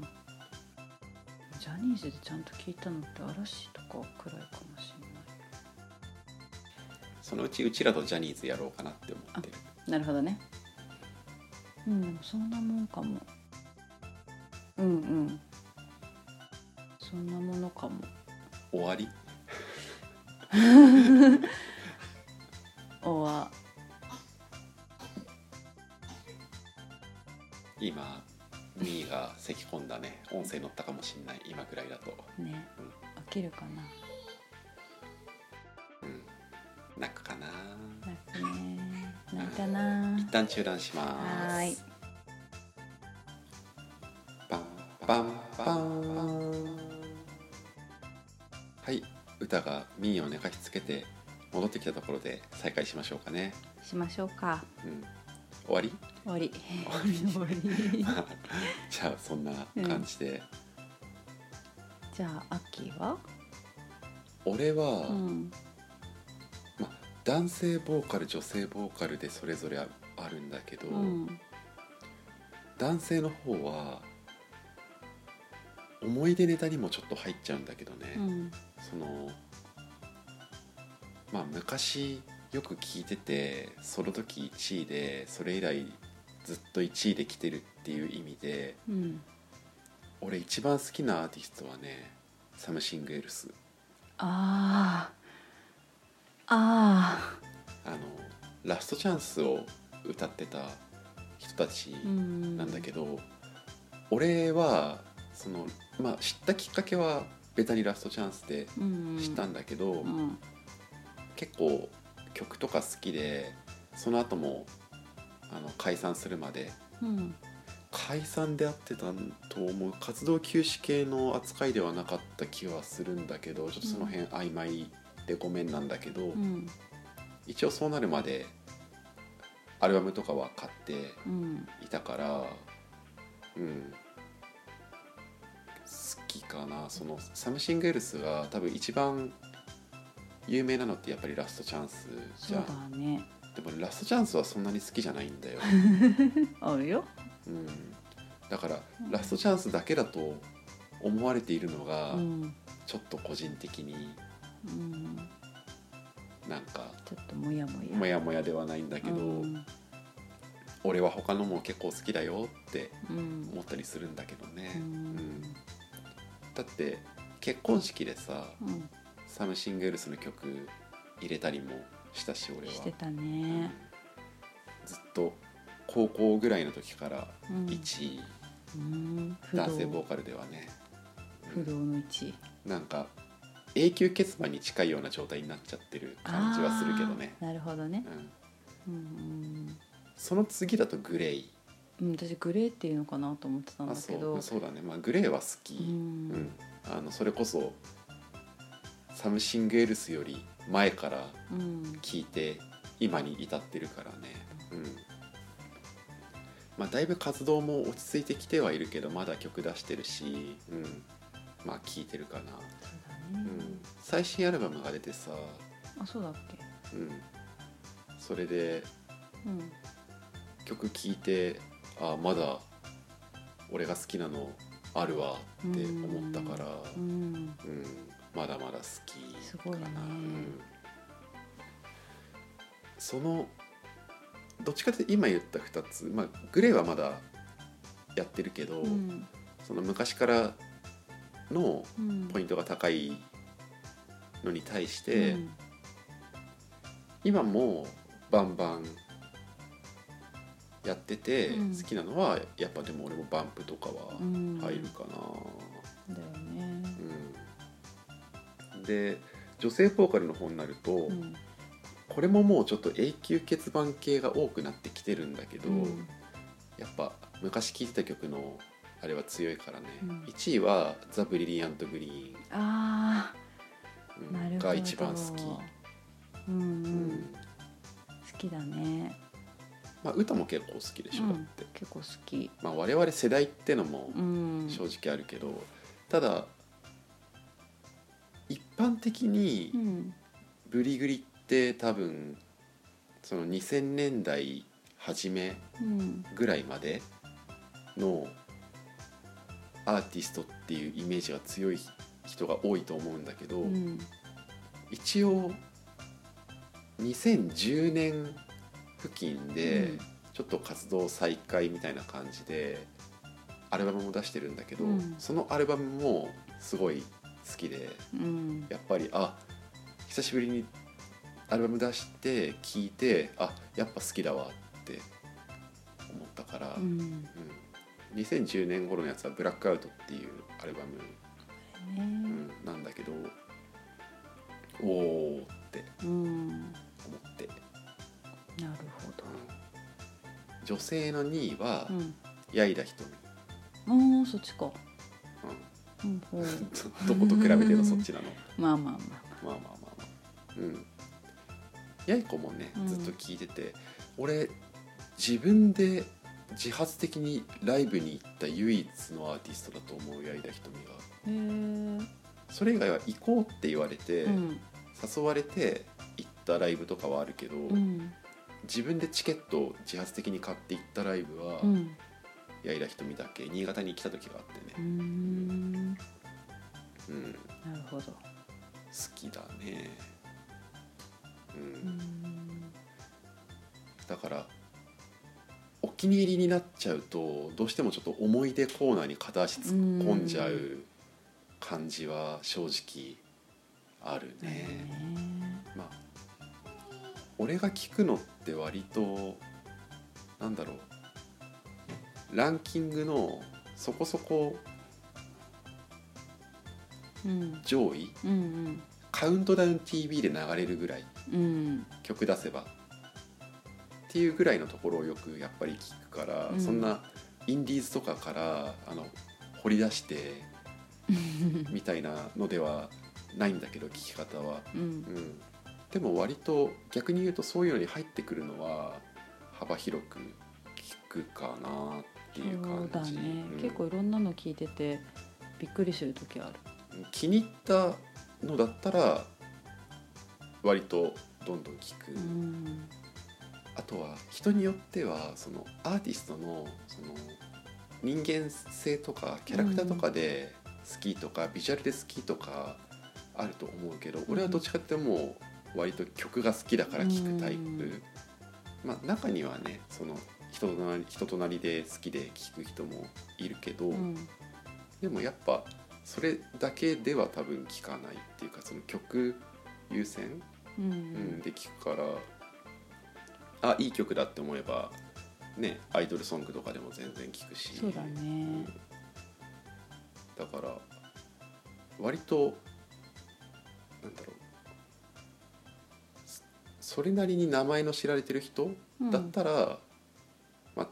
ジャニーズでちゃんと聞いたのって嵐とかくらいかもしれない。 そのうちうちらとジャニーズやろうかなって思ってる。 なるほどね。うん、でもそんなもんかも。うんうん、そんなものかも。 終わりおわ今ミーが咳込んだね。音声乗ったかもしんない、今ぐらいだとね、 うん、 起きるかな。 うん、泣くかな。 泣くね、泣いたな。 一旦中断します。 はーい。 パンパンパン。はい、歌がミーを寝かしつけて戻ってきたところで再開しましょうかね。 しましょうか。 うん、終わり？ 終わり終わりじゃあそんな感じで、 じゃあアッキーは？ 俺は、 うんま、男性ボーカル女性ボーカルでそれぞれあるんだけど、 うん、 男性の方は思い出ネタにもちょっと入っちゃうんだけどね、 うん、 そのまあ昔よく聞いてて、その時いちいでそれ以来ずっといちいで来てるっていう意味で、 うん、 俺一番好きなアーティストはね、サムシングエルス。 あーああのラストチャンスを歌ってた人たちー、うんなんだけど、俺はその、まあ、知ったきっかけはベタにラストチャンスで知ったんだけど、 うんうん、 結構曲とか好きで、その後もあの解散するまで、 うん、 解散であってたと思う、活動休止系の扱いではなかった気はするんだけど、ちょっとその辺曖昧でごめんなんだけど、 うん、 一応そうなるまでアルバムとかは買ってうん、 いたから、うん、好きかな。そのサムシングエルスが多分一番有名なのってやっぱりラストチャンスじそうゃん。 だね。 でもラストチャンスはそんなに好きじゃないんだよ、 あるよ。 うん、だからラストチャンスだけだと思われているのが、 うん、 ちょっと個人的にうん、 なんかちょっともやもや。 モヤモヤではないんだけど、 うん、 俺は他のも結構好きだよってうん、 思ったりするんだけどね、 ううんん、 だって結婚式でさ、 うん、 サムシングエルスの曲入れたりもしたし、俺はしてたうんね。 ずっと高校ぐらいの時からうんいちい、 うん、不動男性ボーカルではね、 不動の一位。 なんか永久欠番に近いような状態になっちゃってる感じはするけどね。 なるほどね。 うん、 うんその次だとグレイ。 うん、私グレーっていうのかなと思ってたんだあ、そけど。 うそうだね、まあ、グレイは好き、 ううんん、 あのそれこそサムシングエルスより前からうん聞いて今に至ってるからね、うんまあ、だいぶ活動も落ち着いてきてはいるけどまだ曲出してるし、うん、まあ聴いてるかな、 そううだね、 ん、最新アルバムが出てさ、 あそうだっけうん、それでうん曲聴いてあまだ俺が好きなのあるわって思ったから、 うんうん、まだまだ好きすごいねかな、うん、そのどっちかというと今言ったふたつ、まあ、グレーはまだやってるけど、 うんその昔からのうんポイントが高いのに対して、 うん今もバンバンやっててうん好きなのはやっぱでも俺もバンプとかはうん入るかな、 だよねうん、で女性ボーカルの方になると、 うんこれももうちょっと永久欠番系が多くなってきてるんだけど、 うんやっぱ昔聴いてた曲のあれは強いからね、 うんいちいは「ザ・ブリリアント・グリあーン」 あなるほどが一番好き、 うんううんん好きだねまあ、歌も結構好きでしょ、 うんだって、 結構好きまあ、我々世代ってのもうん正直あるけど、ただ一般的にうんブリグリって多分そのにせんねんだい初めうんぐらいまでのアーティストっていうイメージが強い人が多いと思うんだけど、 うん一応にせんじゅうねん付近でちょっと活動再開みたいな感じでアルバムも出してるんだけど、 うんそのアルバムもすごい好きで、 うんやっぱりあ久しぶりにアルバム出して聴いてあやっぱ好きだわって思ったから、 うんうんにせんじゅうねん頃のやつは「ブラックアウト」っていうアルバム、うねん、なんだけどおーってうん思って、 なるほどうん女性のにいはうん矢井田ひとみ、 ああそっちかうんうんほうどこと比べてのそっちなのまあまあままあまあまあまあうんやいこもねうんずっと聞いてて、俺自分で自発的にライブに行った唯一のアーティストだと思う矢井田ひとみが、 あへえそれ以外は行こうって言われて、 うん誘われて行ったライブとかはあるけど、 うん自分でチケットを自発的に買って行ったライブはうん矢井田ひとみだけ新潟に来た時があってうーね、 んうん、 なるほど好きだね、うんうーんだからお気に入りになっちゃうとどうしてもちょっと思い出コーナーに片足突っ込んじゃう感じは正直あるね、 ねまあ俺が聞くのって割となんだろうランキングのそこそこうん上位うんカウントダウン ティーブイ で流れるぐらいうん曲出せばっていうぐらいのところをよくやっぱり聞くから、 うんそんなインディーズとかからあの掘り出してうんみたいなのではないんだけど聞き方は、 うんうん、でも割と逆に言うとそういうのに入ってくるのは幅広く聞くかなっていうそうだ感じ、 ねうん結構いろんなの聞いててびっくりする時ある気に入ったのだったら割とどんどん聞く、 うんあとは人によってはそのアーティストのその人間性とかキャラクターとかで好きとか、ビジュアルで好きとかあると思うけど、俺はどっちかっていうともう割と曲が好きだから聴くタイプ、 うんまあ中にはねその人となり人となりで好きで聴く人もいるけど、 うんでもやっぱそれだけでは多分聴かないっていうかその曲優先、 ううんん、で聴くからあいい曲だって思えばねアイドルソングとかでも全然聴くし、 そうだねだから割となんだろうそそれなりに名前の知られてる人だったら、まあ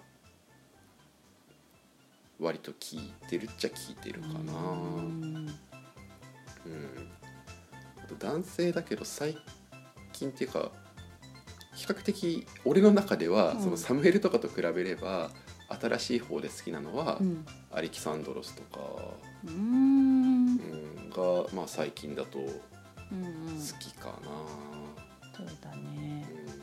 割と聞いてるっちゃ聞いてるかな、 うんうんと男性だけど最近っていうか比較的俺の中では、 うんそのサムエルとかと比べれば新しい方で好きなのは、 うんアレキサンドロスとか、 うーんうん、が、まあ、最近だと好うんうんきかな、 そうだね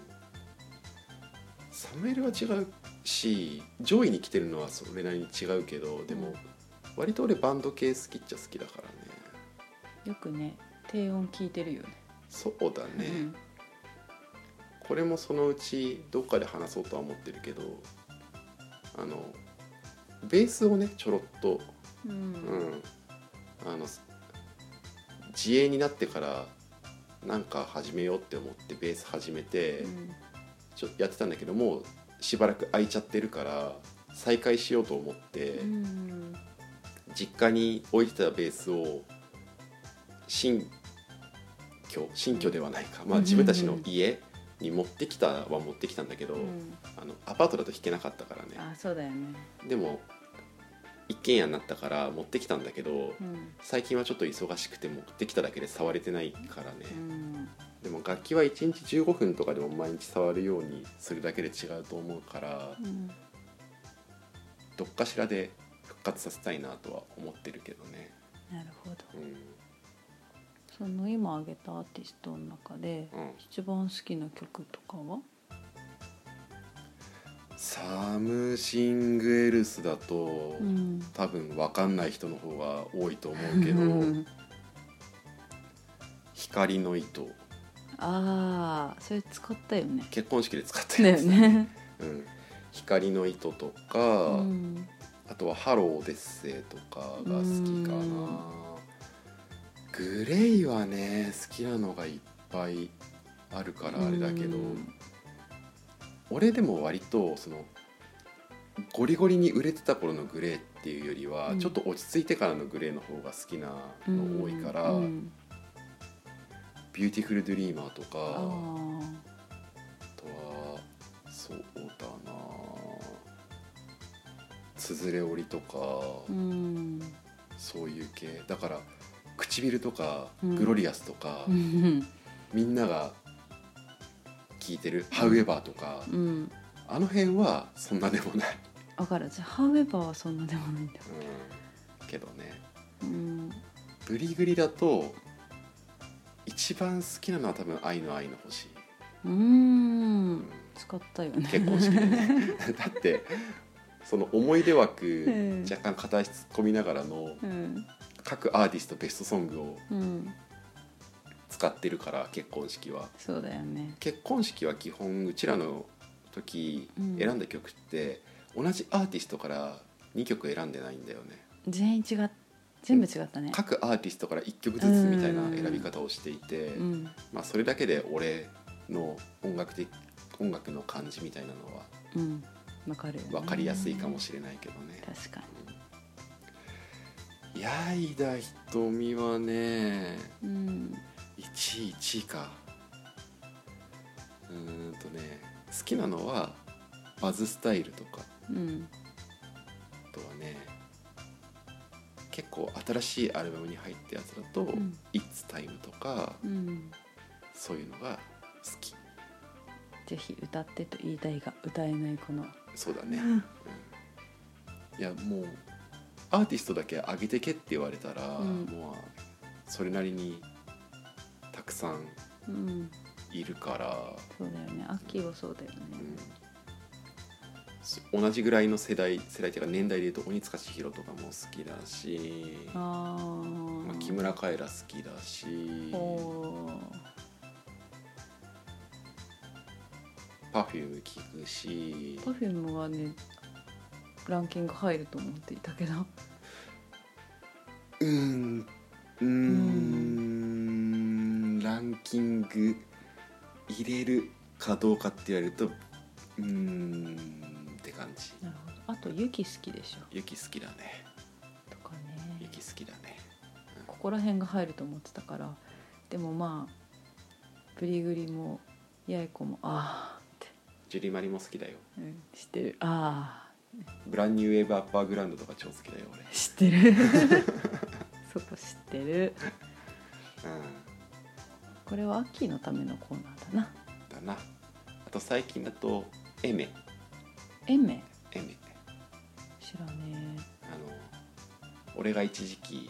うん、サムエルは違うし上位に来てるのはそれなりに違うけどでも、 うん割と俺バンド系好きっちゃ好きだからね。 よくね低音聞いてるよねそうだね、これもそのうちどっかで話そうとは思ってるけど、あのベースをねちょろっと、 うん、ううんん、あの自営になってからなんか始めようって思ってベース始めて、 うんちょっとやってたんだけどもうしばらく空いちゃってるから再開しようと思って、 うん実家に置いてたベースを新居新居ではないか、まあ、自分たちの家に持ってきたは持ってきたんだけど、 うんあのアパートだと弾けなかったからね。 あそうだよねでも一軒家になったから持ってきたんだけど、 うん最近はちょっと忙しくて持ってきただけで触れてないからね、 うんでも楽器はいちにちじゅうごふんとかでも毎日触るようにするだけで違うと思うからうんどっかしらで復活させたいなとは思ってるけどね、 なるほどうんその今挙げたアーティストの中でうん、 一番好きな曲とかはサムシングエルスだと、 うん多分分かんない人の方が多いと思うけど光の糸ああそれ使ったよね結婚式で使っただやつ、 よねうん、光の糸とか、 うんあとはハローデッセイとかが好きかな。グレイはね好きなのがいっぱいあるからあれだけど、 うん俺でも割とそのゴリゴリに売れてた頃のグレーっていうよりは、 うんちょっと落ち着いてからのグレーの方が好きなの多いから、 うんビューティフルドリーマーとか、 ああとはそうだなつづれ織りとか、 ーうんそういう系だから唇とか、 うんグロリアスとか、 うんみんなが聴いてる「ハウエバー」とか、 うんあの辺はそんなでもない、 分かるじゃあハウエバーはそんなでもないんだうん、けどねうんブリグリだと一番好きなのは多分「愛の愛の星」 うーうんん使ったよね結婚式でねだってその思い出枠、 うん若干片足突っ込みながらのうん各アーティストベストソングをうん使ってるから結婚式はそうだよね結婚式は基本うちらの時うん選んだ曲って同じアーティストからにきょく選んでないんだよね。 全員違っ全部違ったね各アーティストからいっきょくずつみたいな選び方をしていて、 うんまあ、それだけで俺の音楽的音楽の感じみたいなのはうん分かるよね分かりやすいかもしれないけどね。 確か矢井田瞳はねにうんいちいいちいかうーんとね好きなのはバズスタイルとかうんあとはね結構新しいアルバムに入ったやつだと「 ん It's Time」とかうんそういうのが好き。 ぜひ歌ってと言いたいが歌えないこのそうだね、うんいやもうアーティストだけ上げてけって言われたら、 うんもうそれなりにたくさんうんいるから、 そうだよね秋はそうだよねうんそ同じぐらいの世代世代っていうか年代でいうと鬼塚千尋とかも好きだし、 あまあ、 あ木村カエラ好きだしおーパフューム聴くしパフュームはねランキング入ると思っていたけどうーんうーんランキング入れるかどうかって言われるとうーんって感じ。 なるほどあとユキ好きでしょユキ好きだね。 とかユねキ好きだね。 ここら辺が入ると思ってたからでもまあブリグリも八重子もああって、 ジュリマリも好きだよ。 うん、知ってるああブランニューウェーブアッパーグラウンドとか超好きだよ俺。 知ってるそこ知ってるうんこれはアッキーのためのコーナーだな。 だな。あと最近だとエメエメエメ知らねあの俺が一時期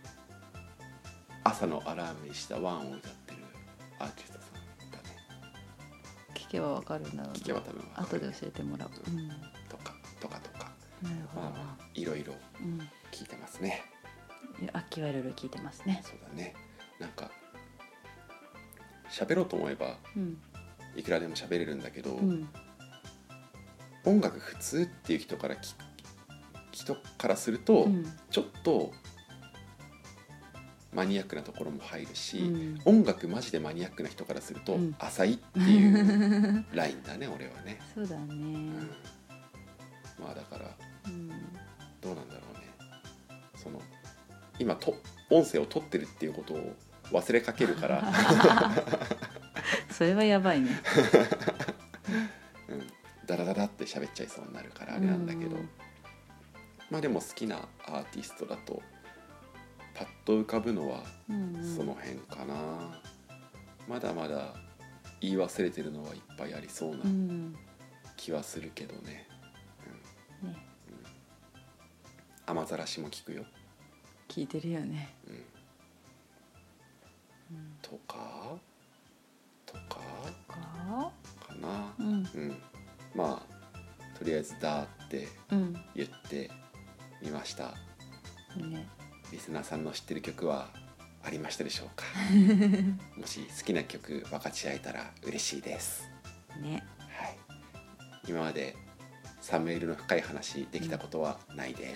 朝のアラームにしたワンを歌ってるアーティストさんだね。 え。聞けばわかるんだろうな。 聞けば多分わかる後で教えてもらう。うん、なるとかとかとかほどな。 まあまあいろいろうん、 聞いてますね。 いやアッキーはいろいろ聞いてますね。 そうだね。なんか喋ろうと思えばうんいくらでも喋れるんだけど、 うん音楽普通っていう人からき人からすると、 うんちょっとマニアックなところも入るし、 うん音楽マジでマニアックな人からすると、 うん浅いっていうラインだね俺はね、 そうだね。 うん、まあだからうんどうなんだろうね。その今と音声を取ってるっていうことを忘れかけるからそれはやばいね。 うん、ダラダラって喋っちゃいそうになるからあれなんだけど、 うんまあでも好きなアーティストだとパッと浮かぶのはうんうんその辺かな、まだまだ言い忘れてるのはいっぱいありそうなうん気はするけどね。 ね、 雨ざらしも聞くよ、 聞いてるよね。 うん、 うんとかとかかかな、 うんうん、まあとりあえずだーってうん言ってみました。 ね。 リスナーさんの知ってる曲はありましたでしょうかもし好きな曲分かち合えたら嬉しいです、 ね。 はい、今までサムエルの深い話できたことはないです、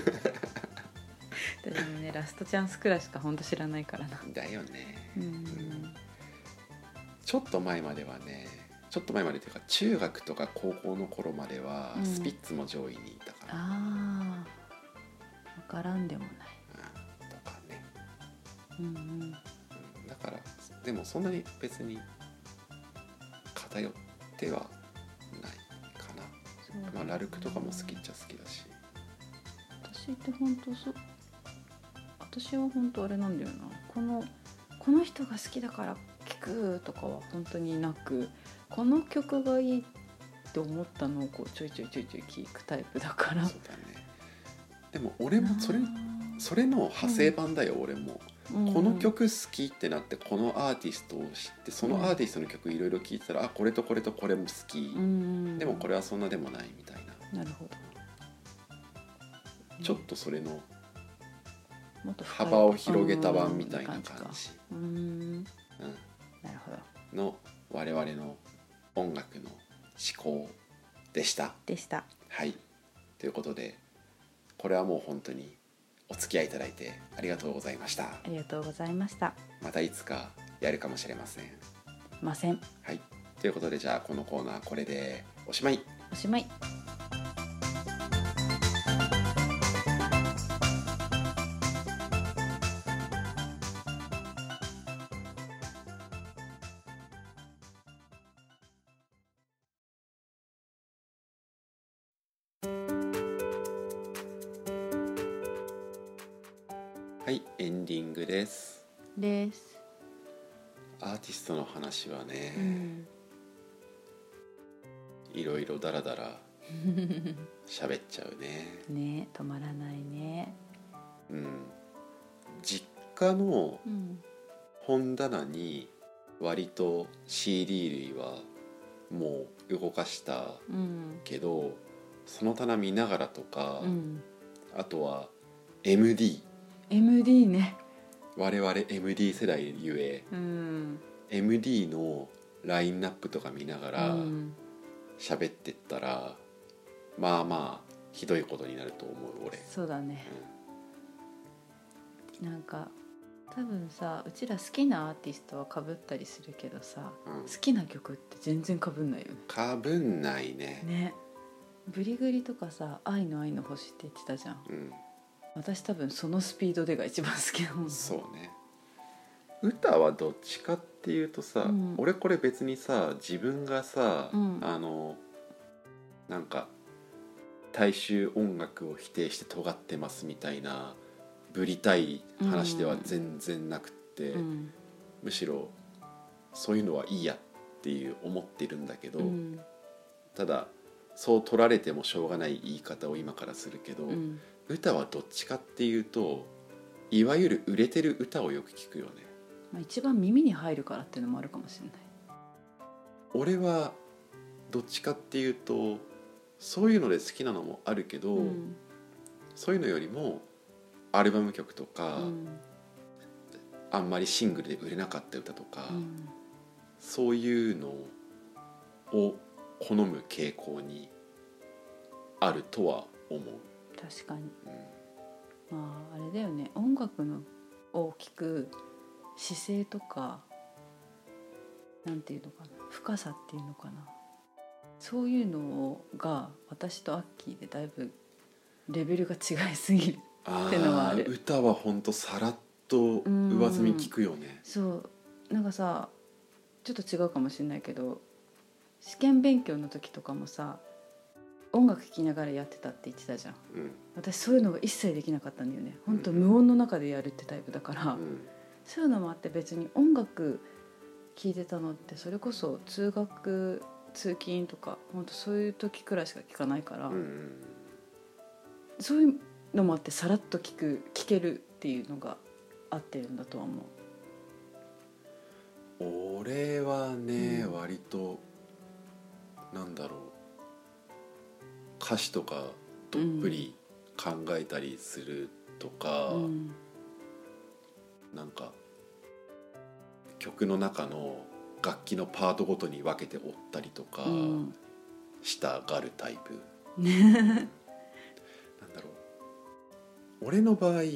私もねラストチャンスくらいしか本当知らないからな。 だよね、 うんちょっと前まではねちょっと前までというか中学とか高校の頃まではうんスピッツも上位にいたから、 ああ分からんでもない。 うん、とかね、 うんうんうん、だからでもそんなに別に偏ってはないかな、 そうだねまあ、ラルクとかも好きっちゃ好きだし、 私って本当そう私は本当あれなんだよな、このこの人が好きだから聴くとかは本当になく、この曲がいいって思ったのをこうちょいちょいちょいちょい聴くタイプだから。 そうだね。でも俺もそれそれの派生版だよ、うん、俺も、うん、この曲好きってなってこのアーティストを知ってそのアーティストの曲いろいろ聴いてたら、うん、あこれとこれとこれも好き、うん、でもこれはそんなでもないみたいな。 なるほど。 ちょっとそれのもっと幅を広げた版みたいな感じ、 うん、うん、なるほどの我々の音楽の思考でしたでしたはいということでこれはもう本当にお付き合いいただいてありがとうございました。 ありがとうございました。 またいつかやるかもしれませんません。 はいということでじゃあこのコーナーこれでおしまいおしまい。 はいエンディングですですアーティストの話はね、 うん、 いろいろダラダラ喋っちゃうねね止まらないね。 うん実家のうん本棚に割と シーディー 類はもう動かしたけど、うん、その棚見ながらとか、うん、あとは エムディーエムディー ね我々 エムディー 世代ゆえ、うん、エムディー のラインナップとか見ながら喋ってったら、うん、まあまあひどいことになると思う俺。 そうだね、うん、なんか多分さうちら好きなアーティストは被ったりするけどさ、うん、好きな曲って全然被んないよね。 被んないね。 ねブリグリとかさ愛の愛の星って言ってたじゃん、うん、私多分そのスピードでが一番好きなもん。 そうね歌はどっちかっていうとさ、うん、俺これ別にさ自分がさ、うん、あのなんか大衆音楽を否定して尖ってますみたいなぶりたい話では全然なくって、うん、 むしろそういうのはいいやっていう思ってるんだけど、 うん、 ただそう取られてもしょうがない言い方を今からするけど、 うん、 歌はどっちかっていうといわゆる売れてる歌をよく聞くよね。 まあ、一番耳に入るからっていうのもあるかもしれない。 俺はどっちかっていうとそういうので好きなのもあるけど、 うん、 そういうのよりもアルバム曲とか、 うん、 あんまりシングルで売れなかった歌とか、 うん、 そういうのを好む傾向にあるとは思う。 確かに、 うん、 まああれだよね、音楽のを聴く姿勢とかなんていうのかな、深さっていうのかな、そういうのが私とアッキーでだいぶレベルが違いすぎるってのはある。 歌はほんとさらっと上積み聞くよね。 そうなんかさ、ちょっと違うかもしれないけど、試験勉強の時とかもさ音楽聴きながらやってたって言ってたじゃん、 うん、 私そういうのが一切できなかったんだよね。本当無音の中でやるってタイプだから、 うん、 そういうのもあって別に音楽聴いてたのってそれこそ通学通勤とか本当そういう時くらいしか聴かないから、 うん、 そういうのもあってさらっと聴く聴けるっていうのが合ってるんだとは思う。俺はね、 うん、 割となんだろう、歌詞とかどっぷり考えたりするとか、 うん、 なんか曲の中の楽器のパートごとに分けて折ったりとかしたがるタイプ、うん、なんだろう、俺の場合、うん、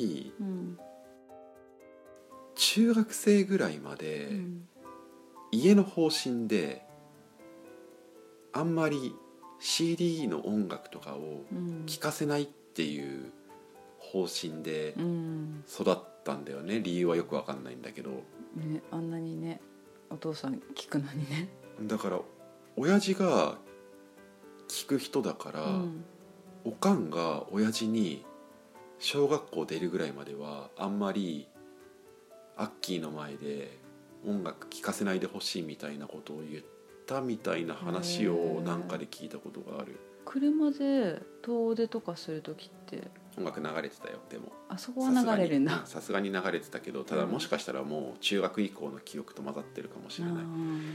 中学生ぐらいまで家の方針であんまり シーディー の音楽とかを聴かせないっていう方針で育ったんだよね。理由はよく分かんないんだけど、 ね、あんなにねお父さん聞くのにね。 だから親父が聞く人だから、うん、おかんが親父に小学校出るぐらいまではあんまりアッキーの前で音楽聴かせないでほしいみたいなことを言ったみたいな話をなんかで聞いたことがある。 車で遠出とかする時って音楽流れてたよ。でもあそこは流れるんだ。 さすがに流れてたけど、ただもしかしたらもう中学以降の記憶と混ざってるかもしれない、うん、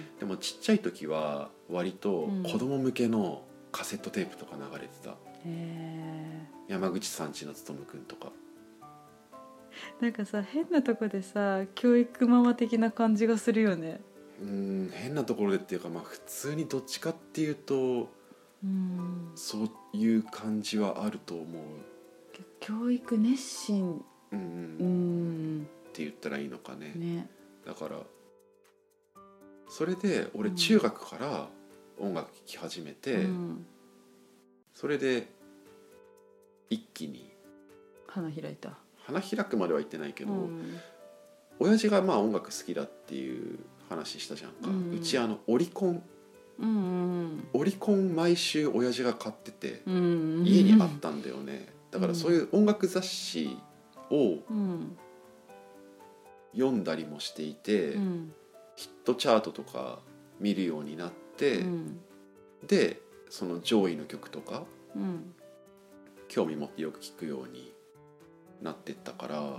でもちっちゃい時は割と子供向けのカセットテープとか流れてた、うん、へ山口さんちのつとむくんとか。 なんかさ変なとこでさ教育ママ的な感じがするよね。 うーん変なところでっていうか、まあ普通にどっちかっていうとうんそういう感じはあると思う。 教育熱心、 うんうん、うんって言ったらいいのか ね, ねだからそれで俺中学から音楽聴き始めて、うん、それで一気に花開いた。 花開くまでは言ってないけど、うん、親父がまあ音楽好きだっていう話したじゃんか、うん、うちあのオリコン、うんうん、オリコン毎週親父が買ってて、うんうん、家にあったんだよね。だからそういう音楽雑誌を読んだりもしていて、うん、ヒットチャートとか見るようになって、うん、でその上位の曲とか、うん、興味持ってよく聴くようになってったから、うん、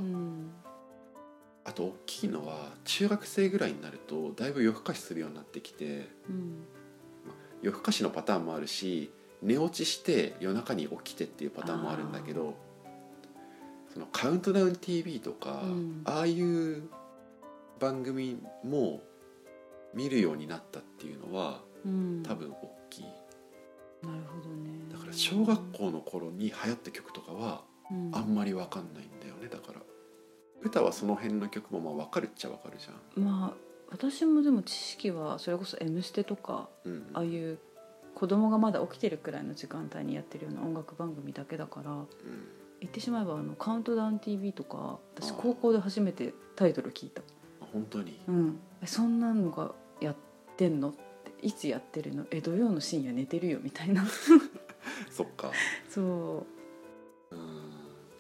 あと大きいのは中学生ぐらいになるとだいぶ夜更かしするようになってきて、うんまあ、夜更かしのパターンもあるし寝落ちして夜中に起きてっていうパターンもあるんだけど、そのカウントダウン ティーブイ とか、うん、ああいう番組も見るようになったっていうのは、うん、多分大きい。なるほどね。 だから小学校の頃に流行った曲とかはあんまり分かんないんだよね。だから歌はその辺の曲もまあ分かるっちゃ分かるじゃん。 まあ私もでも知識はそれこそ M ステとか、うん、ああいう子供がまだ起きてるくらいの時間帯にやってるような音楽番組だけだから、うん、言ってしまえばあのカウントダウン ティーブイ とか私高校で初めてタイトル聞いた。 あ本当に、 うん、そんなのがやってんのっていつやってるのえ土曜の深夜寝てるよみたいなそっかそう、 うん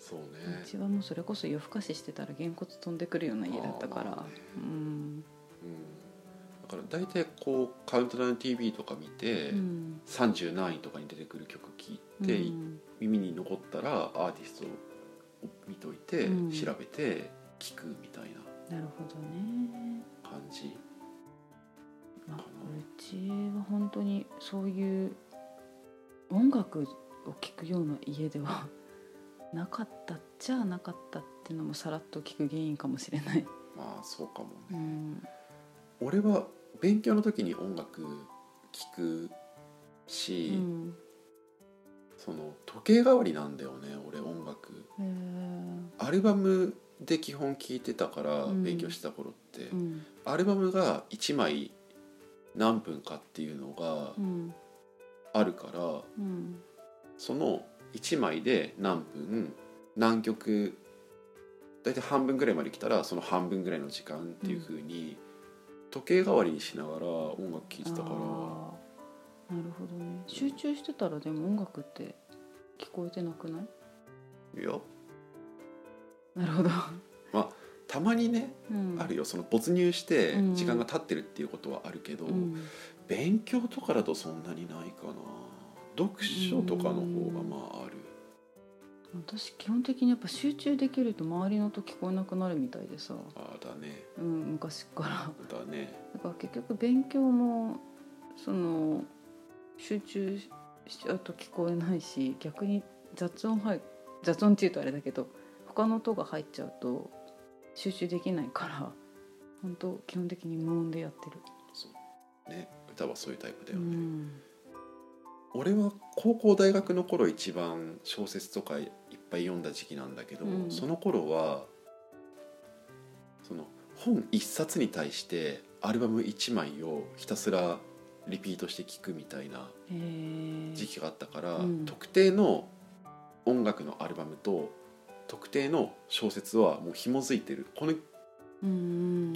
そうね。 うちはもうそれこそ夜更かししてたらげんこつ飛んでくるような家だったから、 まあね、 うん、 うん、だから大体こうカウントダウン ティーブイ とか見て、うん、さんじゅう何位とかに出てくる曲聴いて、うん、耳に残ったらアーティストを見といて、うん、調べて聴くみたいな、 なるほどね、 感じ。 まあ、うちは本当にそういう音楽を聴くような家ではなかったっちゃなかったっていうのもさらっと聞く原因かもしれない。 まあそうかもね、 うん、 俺は勉強の時に音楽聴くし、うん、その時計代わりなんだよね俺音楽。アルバムで基本聴いてたから、うん、勉強した頃って、うん、アルバムがいちまい何分かっていうのがあるから、うん、そのいちまいで何分何曲だいたい半分ぐらいまで来たらその半分ぐらいの時間っていう風に時計代わりにしながら音楽聴いてたから、うん、なるほどね。集中してたらでも音楽って聞こえてなくない？ いや、 なるほど。 まあたまにね、うん、あるよ。その没入して時間が経ってるっていうことはあるけど、うん、勉強とかだとそんなにないかな。読書とかの方がまあある。 私基本的にやっぱ集中できると周りの音聞こえなくなるみたいでさ。 ああだね、 うん、昔からだね。 だから結局勉強もその集中しちゃうと聞こえないし、逆に雑音入雑音っていうとあれだけど他の音が入っちゃうと集中できないから本当基本的に無音でやってる。 そうね、歌はそういうタイプだよね、うん、俺は高校大学の頃一番小説とかいっぱい読んだ時期なんだけど、うん、その頃はその本一冊に対してアルバムいちまいをひたすらリピートして聴くみたいな時期があったから、うん、特定の音楽のアルバムと特定の小説はもう紐づいてる。この、うん、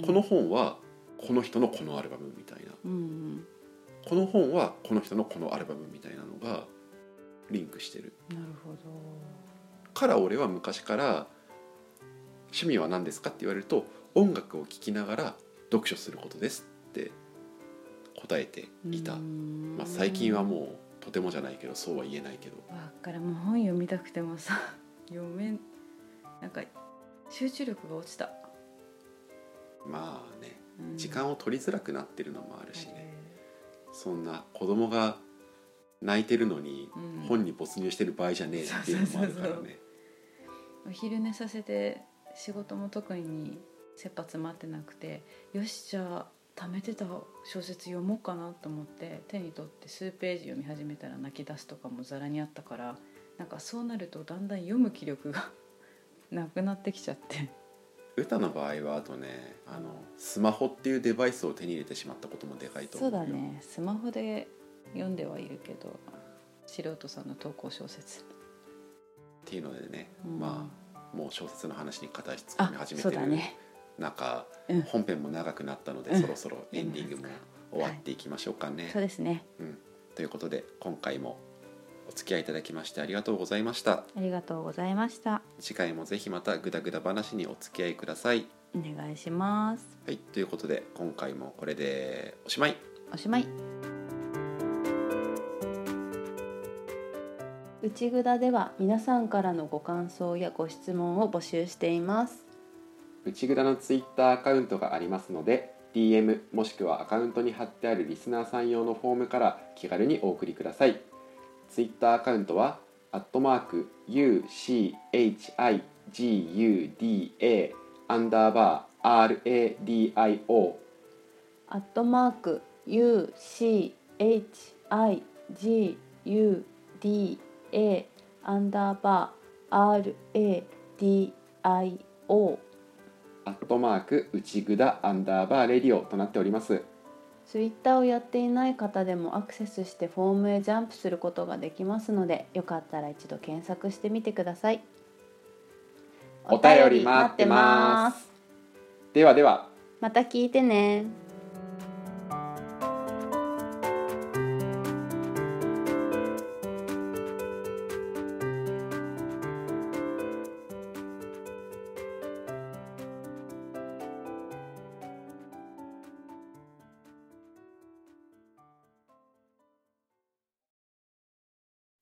この本はこの人のこのアルバムみたいな、うん、この本はこの人のこのアルバムみたいなのがリンクしてる。 なるほど。 から俺は昔から趣味は何ですかって言われると音楽を聴きながら読書することですって答えていた。まあ、最近はもうとてもじゃないけどそうは言えないけど。 だからもう本読みたくてもさ読めん、なんか集中力が落ちた。 まあね、うん、時間を取りづらくなってるのもあるしね、そんな子供が泣いてるのに本に没入してる場合じゃねえっていうのもあるからね。そうそうそうそう、 お昼寝させて仕事も特に切羽詰まってなくて、よしじゃあ貯めてた小説読もうかなと思って手に取って数ページ読み始めたら泣き出すとかもざらにあったから、なんかそうなるとだんだん読む気力がなくなってきちゃって。 歌の場合はあとね、あのスマホっていうデバイスを手に入れてしまったこともでかいと思うよ。 そうだね、スマホで読んではいるけど素人さんの投稿小説っていうのでね、うん、まあもう小説の話に片足突っ込み始めてる中、うん、本編も長くなったので、うん、そろそろエンディングも終わっていきましょうかね、はい、 そうですね、 うん、ということで今回もお付き合いいただきましてありがとうございました。 ありがとうございました。 次回もぜひまたグダグダ話にお付き合いください。 お願いします。 はい、ということで今回もこれでおしまい。 おしまい。内ぐだでは皆さんからのご感想やご質問を募集しています。 内ぐだのツイッターアカウントがありますので ディーエム もしくはアカウントに貼ってあるリスナーさん用のフォームから気軽にお送りください。ツイッターアカウントはアットマーク ユーシーエイチアイジーユーディーエー アンダーバー アールエーディーアイオーアットマーク ユーシーエイチアイジーユーディーエー アンダーバー アールエーディーアイオーアットマーク内ぐだアンダーバーレディオとなっております。 ツイッターをやっていない方でもアクセスしてフォームへジャンプすることができますので、よかったら一度検索してみてください。 お便り待ってます。ではでは、 また聞いてね。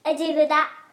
うちぐだ。